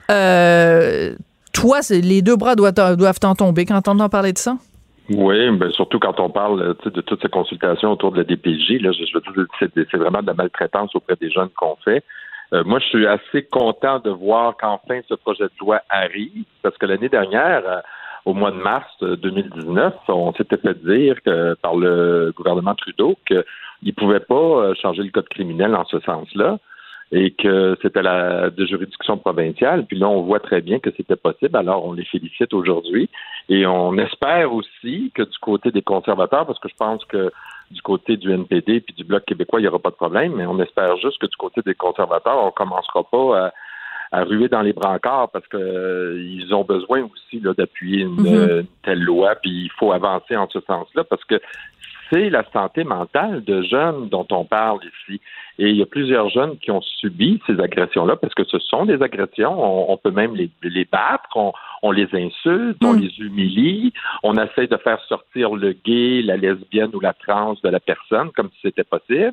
Euh, toi, c'est, les deux bras doivent, doivent t'en tomber quand on entend parler de ça. Oui, ben surtout quand on parle de toutes ces consultations autour de la D P J. Là, je, je veux dire, c'est, c'est vraiment de la maltraitance auprès des jeunes qu'on fait. Euh, moi, je suis assez content de voir qu'enfin ce projet de loi arrive, parce que l'année dernière, euh, au mois de mars deux mille dix-neuf, on s'était fait dire que par le gouvernement Trudeau qu'il ne pouvait pas changer le code criminel en ce sens-là et que c'était la de juridiction provinciale. Puis là, on voit très bien que c'était possible. Alors, on les félicite aujourd'hui. Et on espère aussi que du côté des conservateurs, parce que je pense que du côté du N P D puis du Bloc québécois, il n'y aura pas de problème, mais on espère juste que du côté des conservateurs, on ne commencera pas à à ruer dans les brancards parce que euh, ils ont besoin aussi là, d'appuyer une, mm-hmm. une telle loi, puis il faut avancer en ce sens-là parce que c'est la santé mentale de jeunes dont on parle ici. Et il y a plusieurs jeunes qui ont subi ces agressions-là parce que ce sont des agressions. On, on peut même les, les battre, on, on les insulte, mm. on les humilie, on essaie de faire sortir le gay, la lesbienne ou la trans de la personne comme si c'était possible.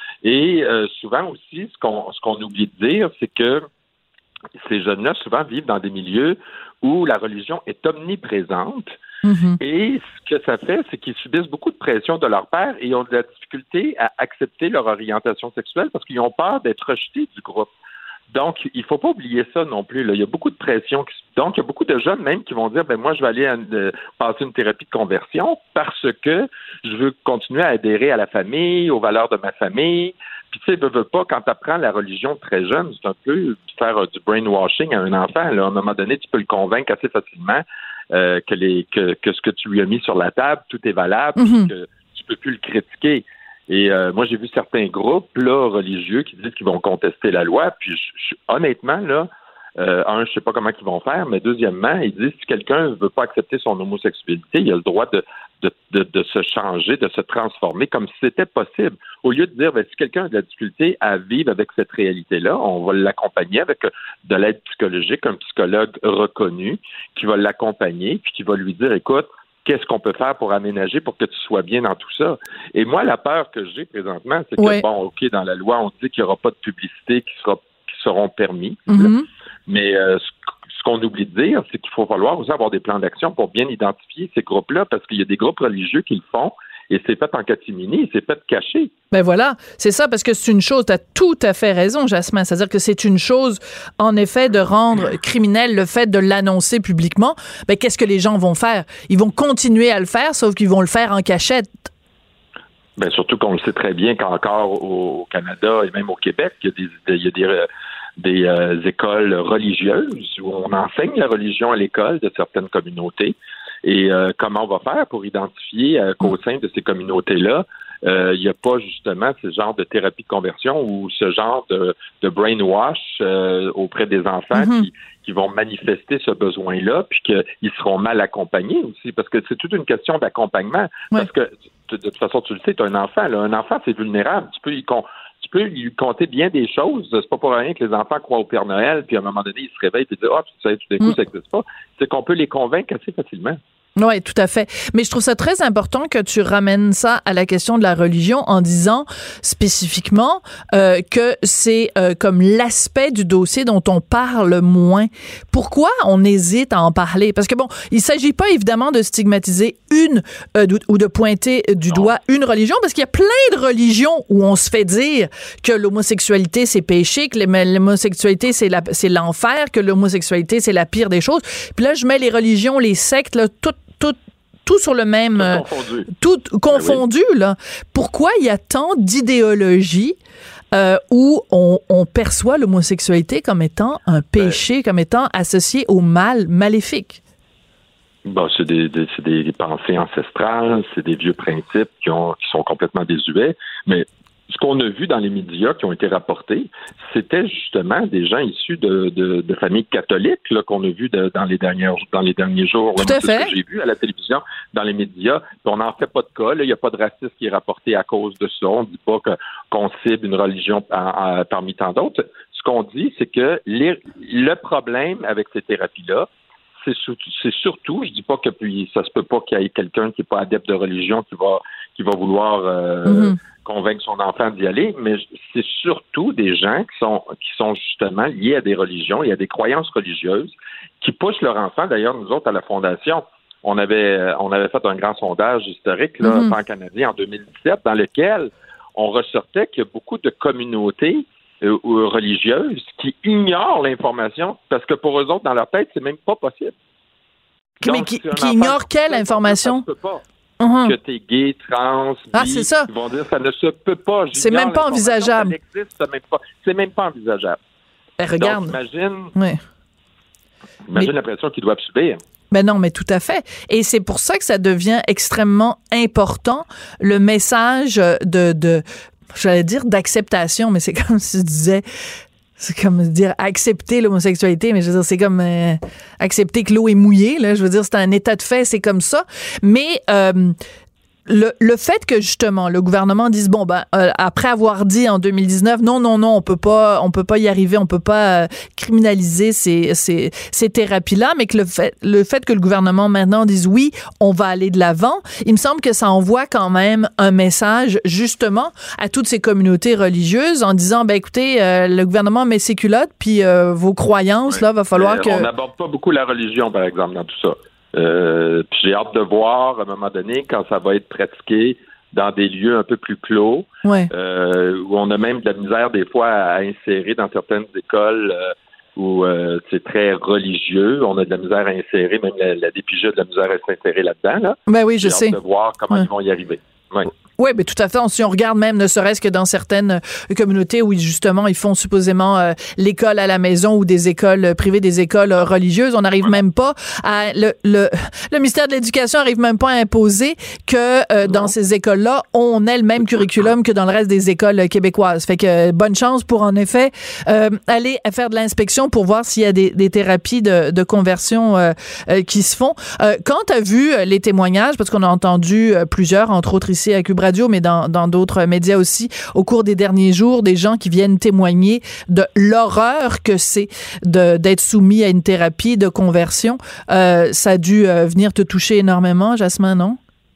Et euh, souvent aussi, ce qu'on, ce qu'on oublie de dire, c'est que ces jeunes-là, souvent, vivent dans des milieux où la religion est omniprésente. Mm-hmm. Et ce que ça fait, c'est qu'ils subissent beaucoup de pression de leur père et ils ont de la difficulté à accepter leur orientation sexuelle parce qu'ils ont peur d'être rejetés du groupe. Donc, il ne faut pas oublier ça non plus. Là. Il y a beaucoup de pression. Donc, il y a beaucoup de jeunes même qui vont dire, ben moi, je vais aller à, euh, passer une thérapie de conversion parce que je veux continuer à adhérer à la famille, aux valeurs de ma famille. Puis, tu sais, veux, veux pas, quand tu apprends la religion très jeune, c'est un peu faire euh, du brainwashing à un enfant. Là. À un moment donné, tu peux le convaincre assez facilement euh, que, les, que, que ce que tu lui as mis sur la table, tout est valable, mm-hmm. que tu peux plus le critiquer. Et euh, moi, j'ai vu certains groupes là religieux qui disent qu'ils vont contester la loi. Puis, je, je, honnêtement, là, euh, un, je sais pas comment ils vont faire, mais deuxièmement, ils disent si quelqu'un ne veut pas accepter son homosexualité, il a le droit de, de, de, de se changer, de se transformer comme si c'était possible. Au lieu de dire, ben, si quelqu'un a de la difficulté à vivre avec cette réalité-là, on va l'accompagner avec de l'aide psychologique, un psychologue reconnu qui va l'accompagner puis qui va lui dire, écoute, qu'est-ce qu'on peut faire pour aménager pour que tu sois bien dans tout ça? Et moi, la peur que j'ai présentement, c'est que, oui. bon, OK, dans la loi, on dit qu'il n'y aura pas de publicité qui, sera, qui seront permis. Mm-hmm. Mais euh, ce, ce qu'on oublie de dire, c'est qu'il faut falloir aussi avoir des plans d'action pour bien identifier ces groupes-là, parce qu'il y a des groupes religieux qui le font, et c'est fait en catimini, c'est fait caché. Ben voilà, c'est ça, parce que c'est une chose, tu as tout à fait raison, Jasmin, c'est-à-dire que c'est une chose, en effet, de rendre criminel le fait de l'annoncer publiquement. Ben qu'est-ce que les gens vont faire? Ils vont continuer à le faire, sauf qu'ils vont le faire en cachette. Ben surtout qu'on le sait très bien qu'encore au Canada et même au Québec, il y a des, il y a des, euh, des euh, écoles religieuses où on enseigne la religion à l'école de certaines communautés. Et euh, comment on va faire pour identifier euh, qu'au sein de ces communautés-là, il euh, n'y a pas justement ce genre de thérapie de conversion ou ce genre de, de brainwash euh, auprès des enfants mm-hmm. qui, qui vont manifester ce besoin-là, puis qu'ils seront mal accompagnés aussi, parce que c'est toute une question d'accompagnement. Ouais. Parce que, de, de toute façon, tu le sais, tu as un enfant, là, un enfant, c'est vulnérable. Tu peux y con- tu peux lui compter bien des choses. C'est pas pour rien que les enfants croient au Père Noël, puis à un moment donné, ils se réveillent et disent « Ah, tu sais, tout d'un coup, mm. ça n'existe pas ». C'est qu'on peut les convaincre assez facilement. Oui, tout à fait. Mais je trouve ça très important que tu ramènes ça à la question de la religion en disant spécifiquement euh, que c'est euh, comme l'aspect du dossier dont on parle moins. Pourquoi on hésite à en parler? Parce que bon, il s'agit pas évidemment de stigmatiser une euh, ou de pointer du non. doigt une religion, parce qu'il y a plein de religions où on se fait dire que l'homosexualité c'est péché, que l'homosexualité c'est, la, c'est l'enfer, que l'homosexualité c'est la pire des choses. Puis là, je mets les religions, les sectes, là, toutes Tout, tout sur le même... Tout confondu. Tout confondu, oui. là. Pourquoi il y a tant d'idéologies euh, où on, on perçoit l'homosexualité comme étant un péché, ben. comme étant associé au mal maléfique? Bon, c'est des, des, c'est des, des pensées ancestrales, c'est des vieux principes qui, ont, qui sont complètement désuets, mais ce qu'on a vu dans les médias qui ont été rapportés, c'était justement des gens issus de, de, de familles catholiques là, qu'on a vu de, dans les dernières dans les derniers jours. Tout là, à c'est fait. ce que j'ai vu à la télévision, dans les médias. Puis on n'en fait pas de cas. Il n'y a pas de racisme qui est rapporté à cause de ça. On ne dit pas que, qu'on cible une religion à, à, parmi tant d'autres. Ce qu'on dit, c'est que les, le problème avec ces thérapies-là, c'est, c'est surtout, je dis pas que puis ça se peut pas qu'il y ait quelqu'un qui n'est pas adepte de religion qui va qui va vouloir euh, mm-hmm. convaincre son enfant d'y aller, mais c'est surtout des gens qui sont qui sont justement liés à des religions et à des croyances religieuses qui poussent leur enfant. D'ailleurs, nous autres à la Fondation, on avait on avait fait un grand sondage historique là, mm-hmm. pan-canadien en deux mille dix-sept, dans lequel on ressortait qu'il y a beaucoup de communautés euh, religieuses qui ignorent l'information parce que pour eux autres, dans leur tête, c'est même pas possible. Mais Donc, qui, qui ignorent quelle information? Ça se peut pas. Uh-huh. Que t'es gay, trans, ah, bi, c'est ça. Ils vont dire ça ne se peut pas. C'est même pas envisageable. Ça existe, ça même pas. C'est même pas envisageable. Ben, regarde. Donc, imagine, oui. imagine mais... la pression qu'ils doivent subir. Ben non, mais tout à fait. Et c'est pour ça que ça devient extrêmement important, le message de, de j'allais dire d'acceptation, mais c'est comme si je disais... C'est comme dire accepter l'homosexualité, mais je veux dire, c'est comme euh, accepter que l'eau est mouillée, là. Je veux dire, c'est un état de fait, c'est comme ça. Mais euh, le, le fait que, justement, le gouvernement dise, bon, ben, euh, après avoir dit en deux mille dix-neuf, non, non, non, on peut pas, on peut pas y arriver, on peut pas euh, criminaliser ces, ces, ces thérapies-là, mais que le fait, le fait que le gouvernement maintenant dise, oui, on va aller de l'avant, il me semble que ça envoie quand même un message, justement, à toutes ces communautés religieuses en disant, ben, écoutez, euh, le gouvernement met ses culottes, puis euh, vos croyances, oui. là, va falloir euh, que... On n'aborde pas beaucoup la religion, par exemple, dans tout ça. Euh, puis j'ai hâte de voir à un moment donné quand ça va être pratiqué dans des lieux un peu plus clos, ouais. euh, où on a même de la misère des fois à insérer dans certaines écoles euh, où euh, c'est très religieux, on a de la misère à insérer, même la, la D P J a de la misère à s'insérer là-dedans. Là. Ben oui, je j'ai sais. hâte de voir comment ouais. ils vont y arriver. Ouais. Oui, mais tout à fait. Si on regarde même, ne serait-ce que dans certaines communautés où justement ils font supposément euh, l'école à la maison ou des écoles privées, des écoles euh, religieuses, on n'arrive même pas à le, le le ministère de l'Éducation n'arrive même pas à imposer que euh, dans ces écoles-là, on ait le même curriculum que dans le reste des écoles québécoises. Fait que bonne chance pour en effet euh, aller faire de l'inspection pour voir s'il y a des, des thérapies de, de conversion euh, euh, qui se font. Euh, quand tu as vu les témoignages, parce qu'on a entendu euh, plusieurs, entre autres ici à Cube Radio, mais dans, dans d'autres médias aussi, au cours des derniers jours, des gens qui viennent témoigner de l'horreur que c'est de, d'être soumis à une thérapie de conversion. Euh, ça a dû euh, venir te toucher énormément, Jasmin, non?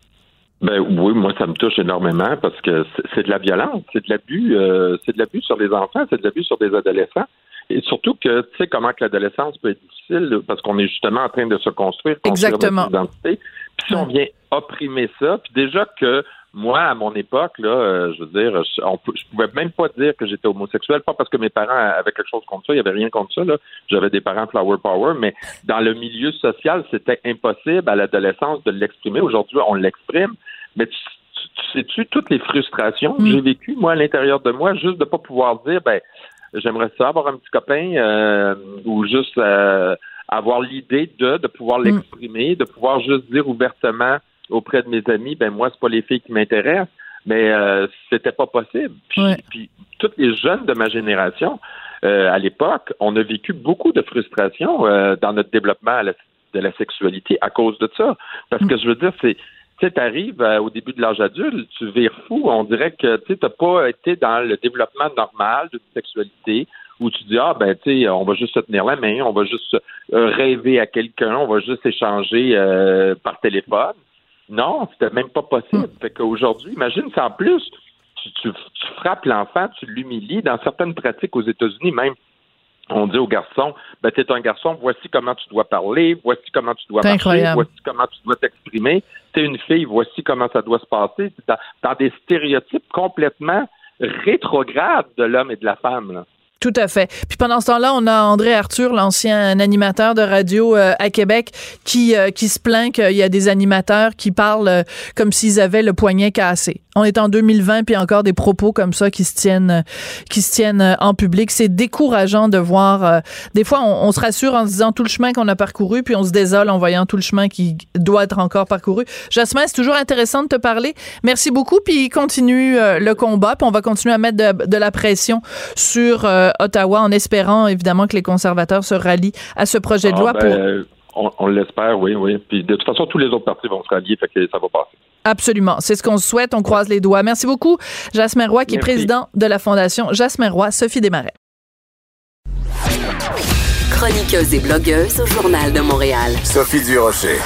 Ben oui, moi ça me touche énormément parce que c'est, c'est de la violence, c'est de l'abus, euh, c'est de l'abus sur les enfants, c'est de l'abus sur des adolescents. Et surtout que tu sais comment que l'adolescence peut être difficile parce qu'on est justement en train de se construire, construire Exactement. notre identité. Puis si ouais. on vient opprimer ça, puis déjà que moi, à mon époque, là, euh, je veux dire, je, on, je pouvais même pas dire que j'étais homosexuel, pas parce que mes parents avaient quelque chose contre ça, il y avait rien contre ça, là. J'avais des parents flower power, mais dans le milieu social, c'était impossible à l'adolescence de l'exprimer. Aujourd'hui, on l'exprime, mais tu, tu, tu sais-tu toutes les frustrations que mm. j'ai vécues, moi, à l'intérieur de moi, juste de pas pouvoir dire, ben, j'aimerais ça avoir un petit copain, euh, ou juste euh, avoir l'idée de, de pouvoir l'exprimer, mm. de pouvoir juste dire ouvertement auprès de mes amis, ben moi, c'est pas les filles qui m'intéressent, mais euh, c'était pas possible. Puis, ouais. puis tous les jeunes de ma génération, euh, à l'époque, on a vécu beaucoup de frustration euh, dans notre développement à la, de la sexualité à cause de ça. Parce mm. que je veux dire, c'est, tu sais, t'arrives euh, au début de l'âge adulte, tu vires fou, on dirait que, tu sais, t'as pas été dans le développement normal d'une sexualité, où tu dis, ah, ben, tu sais, on va juste se tenir la main, on va juste euh, rêver à quelqu'un, on va juste échanger euh, par téléphone. Non, c'était même pas possible. Fait qu'aujourd'hui, imagine si en plus, tu, tu, tu frappes l'enfant, tu l'humilies. Dans certaines pratiques aux États-Unis, même, on dit aux garçons, ben, t'es un garçon, voici comment tu dois parler, voici comment tu dois c'est marcher, incroyable. Voici comment tu dois t'exprimer. T'es une fille, voici comment ça doit se passer. Dans, dans des stéréotypes complètement rétrogrades de l'homme et de la femme, là. Tout à fait. Puis pendant ce temps-là, on a André Arthur, l'ancien animateur de radio euh, à Québec, qui euh, qui se plaint qu'il y a des animateurs qui parlent euh, comme s'ils avaient le poignet cassé. On est en deux mille vingt, puis encore des propos comme ça qui se tiennent qui se tiennent en public. C'est décourageant de voir. Euh, des fois, on, on se rassure en se disant tout le chemin qu'on a parcouru, puis on se désole en voyant tout le chemin qui doit être encore parcouru. Jasmin, c'est toujours intéressant de te parler. Merci beaucoup, puis continue euh, le combat, puis on va continuer à mettre de, de la pression sur euh, Ottawa, en espérant évidemment que les conservateurs se rallient à ce projet de loi. Ah, ben, pour... on, on l'espère, oui, oui. Puis de toute façon, tous les autres partis vont se rallier, fait que ça va passer. Absolument. C'est ce qu'on souhaite. On croise les doigts. Merci beaucoup, Jasmin Roy, qui Merci. est président de la Fondation Jasmin Roy. Sophie Desmarais. Chroniqueuse et blogueuse au Journal de Montréal. Sophie Durocher.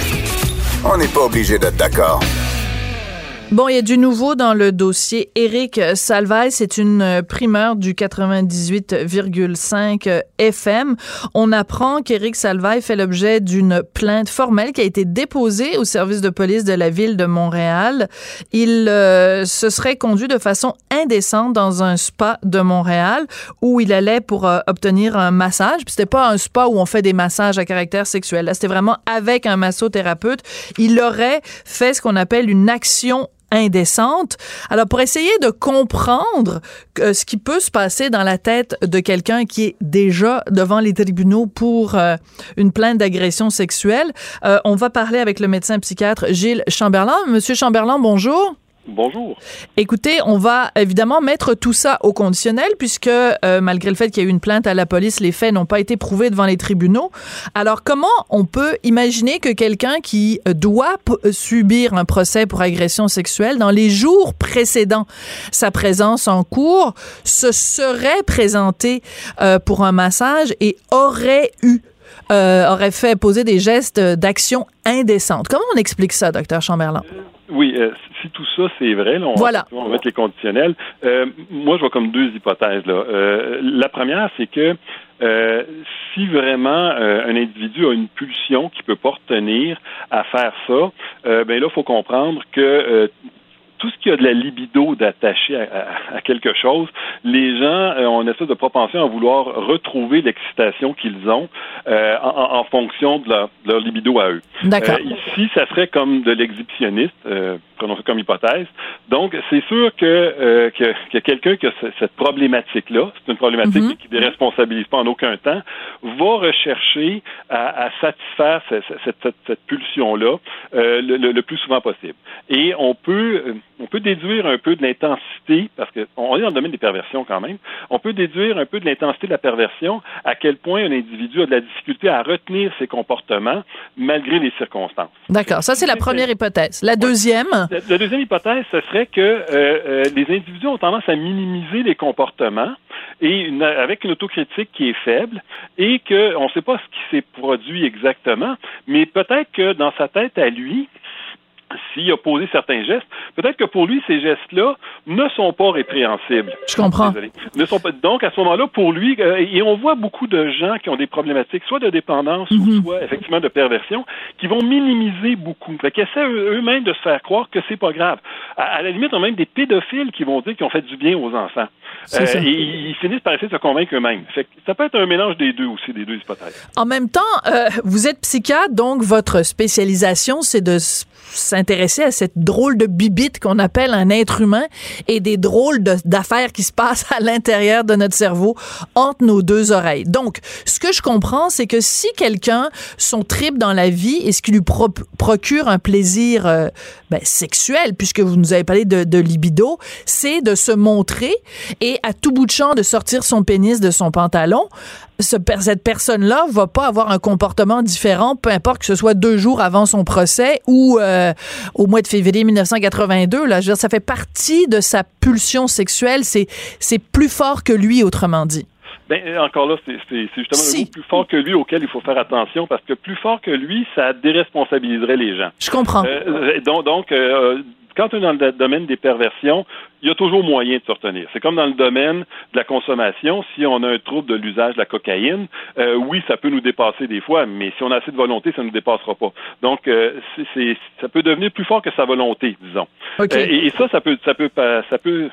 On n'est pas obligé d'être d'accord. Bon, il y a du nouveau dans le dossier Éric Salvaille. C'est une primeur du quatre-vingt-dix-huit virgule cinq F M. On apprend qu'Éric Salvaille fait l'objet d'une plainte formelle qui a été déposée au service de police de la ville de Montréal. Il euh, se serait conduit de façon indécente dans un spa de Montréal où il allait pour euh, obtenir un massage. Puis c'était pas un spa où on fait des massages à caractère sexuel. Là, c'était vraiment avec un massothérapeute. Il aurait fait ce qu'on appelle une action indécente. Alors, pour essayer de comprendre euh, ce qui peut se passer dans la tête de quelqu'un qui est déjà devant les tribunaux pour euh, une plainte d'agression sexuelle, euh, on va parler avec le médecin psychiatre Gilles Chamberlain. Monsieur Chamberlain, bonjour. Bonjour. Écoutez, on va évidemment mettre tout ça au conditionnel puisque euh, malgré le fait qu'il y a eu une plainte à la police, les faits n'ont pas été prouvés devant les tribunaux. Alors, comment on peut imaginer que quelqu'un qui doit p- subir un procès pour agression sexuelle, dans les jours précédents sa présence en cour, se serait présenté euh, pour un massage et aurait eu Euh, aurait fait poser des gestes d'action indécente. Comment on explique ça, docteur Chamberlain? Euh, oui, euh, si tout ça, c'est vrai, là, on, voilà. va, on va mettre les conditionnels. Euh, moi, je vois comme deux hypothèses. Là. Euh, la première, c'est que euh, si vraiment euh, un individu a une pulsion qui peut pas retenir à faire ça, euh, ben là, il faut comprendre que euh, tout ce qui a de la libido d'attaché à, à, à quelque chose, les gens euh, ont une espèce de propension à vouloir retrouver l'excitation qu'ils ont euh, en, en fonction de leur, de leur libido à eux. D'accord. Euh, ici, ça serait comme de l'exhibitionniste, euh, comme hypothèse. Donc, c'est sûr que, euh, que, que quelqu'un qui a ce, cette problématique-là, c'est une problématique mm-hmm. qui ne déresponsabilise pas en aucun temps, va rechercher à, à satisfaire cette, cette, cette, cette pulsion-là euh, le, le, le plus souvent possible. Et on peut... Euh, On peut déduire un peu de l'intensité, parce qu'on est dans le domaine des perversions quand même, on peut déduire un peu de l'intensité de la perversion, à quel point un individu a de la difficulté à retenir ses comportements malgré les circonstances. D'accord, ça c'est la première hypothèse. La deuxième? La, la deuxième hypothèse, ce serait que euh, euh, les individus ont tendance à minimiser les comportements et une, avec une autocritique qui est faible et qu'on ne sait pas ce qui s'est produit exactement, mais peut-être que dans sa tête à lui, s'il a posé certains gestes, peut-être que pour lui, ces gestes-là ne sont pas répréhensibles. Je comprends. Désolé. Ne sont pas, donc, à ce moment-là, pour lui, euh, et on voit beaucoup de gens qui ont des problématiques, soit de dépendance mm-hmm. ou soit, effectivement, de perversion, qui vont minimiser beaucoup. Fait qu'ils essaient eux-mêmes de se faire croire que c'est pas grave. À, à la limite, on a même des pédophiles qui vont dire qu'ils ont fait du bien aux enfants. Euh, et ils finissent par essayer de se convaincre eux-mêmes. Fait que ça peut être un mélange des deux aussi, des deux hypothèses. En même temps, euh, vous êtes psychiatre, donc votre spécialisation, c'est de s'intéresser à cette drôle de bibite qu'on appelle un être humain et des drôles de, d'affaires qui se passent à l'intérieur de notre cerveau entre nos deux oreilles. Donc, ce que je comprends, c'est que si quelqu'un, son trip dans la vie et ce qui lui pro- procure un plaisir euh, ben, sexuel, puisque vous nous avez parlé de, de libido, c'est de se montrer et à tout bout de champ de sortir son pénis de son pantalon, ce, cette personne-là va pas avoir un comportement différent, peu importe que ce soit deux jours avant son procès ou euh, au mois de février dix-neuf cent quatre-vingt-deux. Là, je veux dire, ça fait partie de sa pulsion sexuelle. C'est, c'est plus fort que lui, autrement dit. Ben, encore là, c'est, c'est, c'est justement si. le mot plus fort que lui auquel il faut faire attention, parce que plus fort que lui, ça déresponsabiliserait les gens. Je comprends. Euh, donc, donc euh, quand on est dans le domaine des perversions, il y a toujours moyen de se retenir. C'est comme dans le domaine de la consommation. Si on a un trouble de l'usage de la cocaïne, euh, oui, ça peut nous dépasser des fois, mais si on a assez de volonté, ça ne nous dépassera pas. Donc, euh, c'est, c'est, ça peut devenir plus fort que sa volonté, disons. Okay. Euh, et, et ça, ça peut, ça peut, ça peut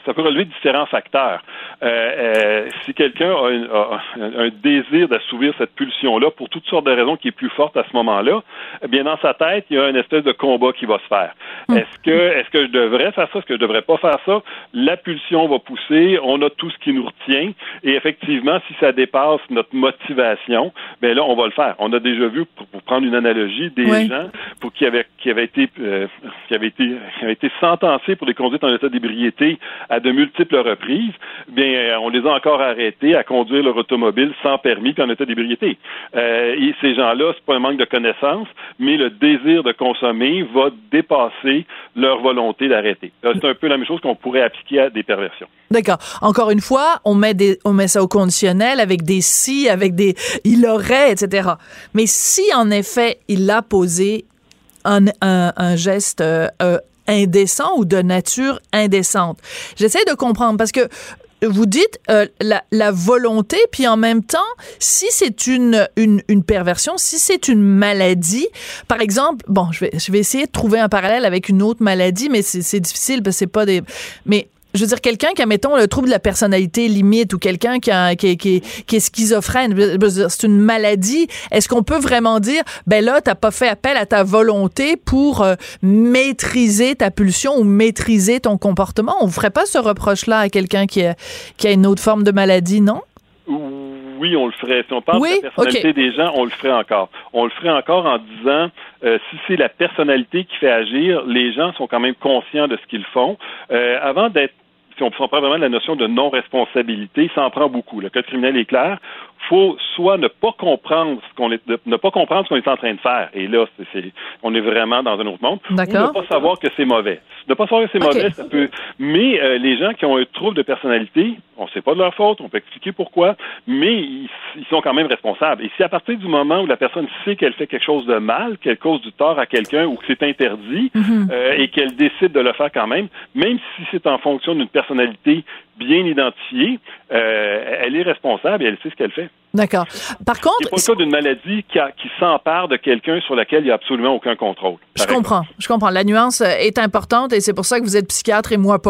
ça peut relever de différents facteurs. Euh, euh, si quelqu'un a, une, a un désir d'assouvir cette pulsion-là pour toutes sortes de raisons qui est plus forte à ce moment-là, eh bien dans sa tête, il y a une espèce de combat qui va se faire. Mmh. Est-ce que est-ce que je devrais faire ça? Est-ce que je devrais pas faire ça? La pulsion va pousser, on a tout ce qui nous retient, et effectivement, si ça dépasse notre motivation, bien là, on va le faire. On a déjà vu, pour, pour prendre une analogie, des oui. gens pour qui avaient qui avaient été euh, qui avaient été qui avaient été sentencés pour des conduites en état d'ébriété à de multiples reprises, bien on les a encore arrêtés à conduire leur automobile sans permis puis en état d'ébriété. Euh, et ces gens-là, c'est pas un manque de connaissances, mais le désir de consommer va dépasser leur volonté d'arrêter. Euh, c'est un peu la même chose qu'on pourrait appliquer à des perversions. D'accord. Encore une fois, on met des, on met ça au conditionnel avec des si, avec des il aurait, et cetera. Mais si en effet il a posé un, un, un geste euh, euh, indécent ou de nature indécente, j'essaie de comprendre parce que vous dites euh, la, la volonté, puis en même temps, si c'est une, une, une perversion, si c'est une maladie, par exemple, bon, je vais, je vais essayer de trouver un parallèle avec une autre maladie, mais c'est, c'est difficile parce que c'est pas des... Mais je veux dire, quelqu'un qui a, mettons, le trouble de la personnalité limite ou quelqu'un qui, a, qui, qui, qui est schizophrène, c'est une maladie. Est-ce qu'on peut vraiment dire, ben là, t'as pas fait appel à ta volonté pour euh, maîtriser ta pulsion ou maîtriser ton comportement? On ne ferait pas ce reproche-là à quelqu'un qui a, qui a une autre forme de maladie, non? Oui, on le ferait. Si on parle oui? de la personnalité okay. des gens, on le ferait encore. On le ferait encore en disant, euh, si c'est la personnalité qui fait agir, les gens sont quand même conscients de ce qu'ils font. Euh, avant d'être Si on prend vraiment la notion de non-responsabilité, ça en prend beaucoup. Le code criminel est clair. Faut soit ne pas comprendre ce qu'on est, ne pas comprendre ce qu'on est en train de faire. Et là, c'est, c'est, on est vraiment dans un autre monde. D'accord. Ou ne pas savoir que c'est mauvais. Ne pas savoir que c'est okay. mauvais, ça peut. Mais euh, les gens qui ont un trouble de personnalité, on sait pas de leur faute, on peut expliquer pourquoi, mais ils, ils sont quand même responsables. Et si à partir du moment où la personne sait qu'elle fait quelque chose de mal, qu'elle cause du tort à quelqu'un ou que c'est interdit, mm-hmm. euh, et qu'elle décide de le faire quand même, même si c'est en fonction d'une personnalité bien identifiée, euh, elle est responsable et elle sait ce qu'elle fait. D'accord. Par contre... C'est pas le cas d'une maladie qui, a, qui s'empare de quelqu'un sur laquelle il n'y a absolument aucun contrôle. Je comprends. Exemple. Je comprends. La nuance est importante et c'est pour ça que vous êtes psychiatre et moi pas.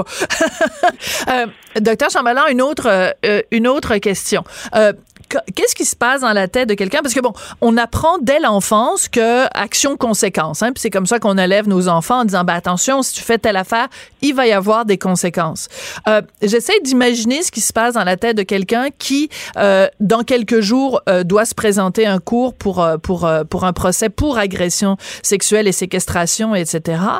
euh, Docteur Chamberlain, une autre, euh, une autre question. Euh, Qu'est-ce qui se passe dans la tête de quelqu'un? Parce que bon, on apprend dès l'enfance que action-conséquence, hein, puis c'est comme ça qu'on élève nos enfants en disant, ben attention, si tu fais telle affaire, il va y avoir des conséquences. Euh, j'essaie d'imaginer ce qui se passe dans la tête de quelqu'un qui, euh, dans quelques jours, euh, doit se présenter un cours pour euh, pour euh, pour un procès pour agression sexuelle et séquestration, et cetera.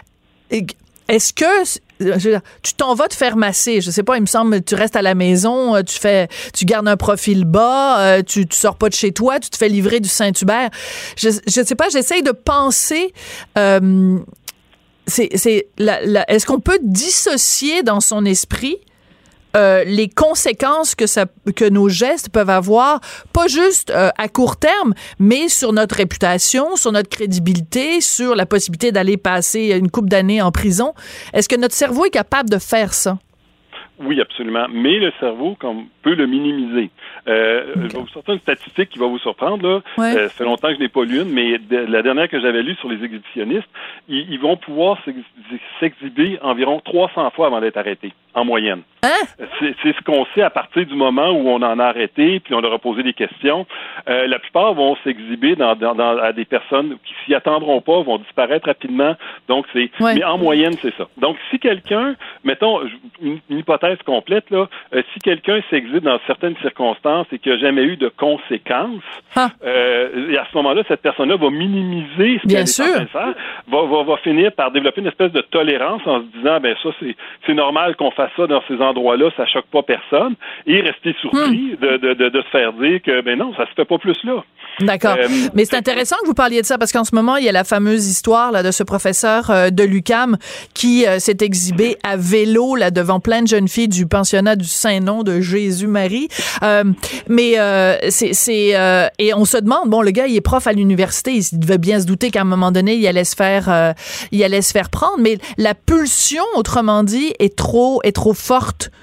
Et est-ce que je veux dire, tu t'en vas te faire masser, je sais pas, il me semble, tu restes à la maison, tu fais, tu gardes un profil bas, tu, tu sors pas de chez toi, tu te fais livrer du Saint-Hubert. Je, je sais pas, j'essaye de penser, euh, c'est, c'est, la, la, est-ce qu'on peut dissocier dans son esprit Euh, les conséquences que ça, que nos gestes peuvent avoir, pas juste euh, à court terme, mais sur notre réputation, sur notre crédibilité, sur la possibilité d'aller passer une couple d'années en prison. Est-ce que notre cerveau est capable de faire ça? Oui, absolument. Mais le cerveau comme, peut le minimiser. Euh, okay. Je vais vous sortir une statistique qui va vous surprendre. Là. Ouais. Euh, ça fait longtemps que je n'ai pas lu une, mais de, la dernière que j'avais lue sur les exhibitionnistes, ils, ils vont pouvoir s'exhiber environ trois cents fois avant d'être arrêtés, en moyenne. Hein? C'est, c'est ce qu'on sait à partir du moment où on en a arrêté, puis on leur a posé des questions. Euh, la plupart vont s'exhiber dans, dans, dans, à des personnes qui s'y attendront pas, vont disparaître rapidement. Donc, c'est, ouais. Mais en moyenne, c'est ça. Donc, si quelqu'un, mettons, une, une hypothèse complète, là, euh, si quelqu'un s'exhibe dans certaines circonstances et qu'il n'a jamais eu de conséquences, ah. euh, et à ce moment-là, cette personne-là va minimiser ce Bien qu'elle sûr. est en train de faire, va, va, va finir par développer une espèce de tolérance en se disant, ben ça, c'est, c'est normal qu'on fasse ça dans ces endroits-là, ça choque pas personne, et rester surpris hmm. de, de, de, de se faire dire que, ben non, ça se fait pas plus là. D'accord. Euh, Mais c'est intéressant que vous parliez de ça parce qu'en ce moment, il y a la fameuse histoire là, de ce professeur euh, de l'U Q A M qui euh, s'est exhibé à vélo là, devant plein de jeunes filles du pensionnat du Saint-Nom de Jésus-Marie. Euh, mais euh, c'est... c'est euh, et on se demande, bon, le gars, il est prof à l'université, il devait bien se douter qu'à un moment donné, il allait se faire, euh, il allait se faire prendre. Mais la pulsion, autrement dit, est trop, est trop forte.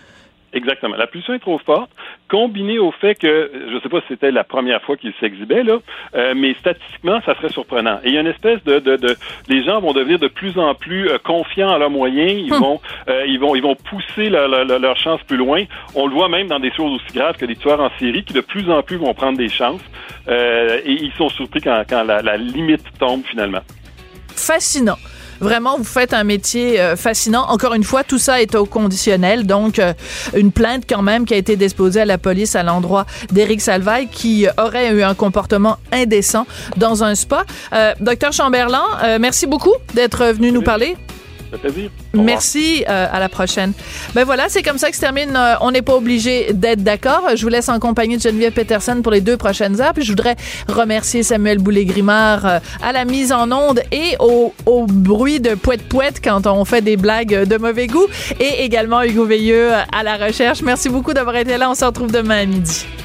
Exactement. La pulsion est trop forte, combinée au fait que, je ne sais pas si c'était la première fois qu'il s'exhibait, là, euh, mais statistiquement, ça serait surprenant. Et il y a une espèce de, de, de, les gens vont devenir de plus en plus euh, confiants en leurs moyens, ils hum. vont, euh, ils vont, ils vont pousser leur, leur, leur chance plus loin. On le voit même dans des choses aussi graves que des tueurs en série qui de plus en plus vont prendre des chances, euh, et ils sont surpris quand, quand la, la limite tombe finalement. Fascinant. Vraiment, vous faites un métier euh, fascinant. Encore une fois, tout ça est au conditionnel. Donc, euh, une plainte quand même qui a été déposée à la police à l'endroit d'Éric Salvaille qui aurait eu un comportement indécent dans un spa. Euh, Docteur Chamberlain, euh, merci beaucoup d'être venu nous parler. Ça fait plaisir. Merci, euh, à la prochaine. Ben voilà, c'est comme ça que se termine euh, On n'est pas obligé d'être d'accord. Je vous laisse en compagnie de Geneviève Peterson pour les deux prochaines heures. Puis je voudrais remercier Samuel Boulay-Grimard euh, à la mise en onde et au, au bruit de pouette-pouette quand on fait des blagues de mauvais goût. Et également Hugo Veilleux à la recherche. Merci beaucoup d'avoir été là. On se retrouve demain à midi.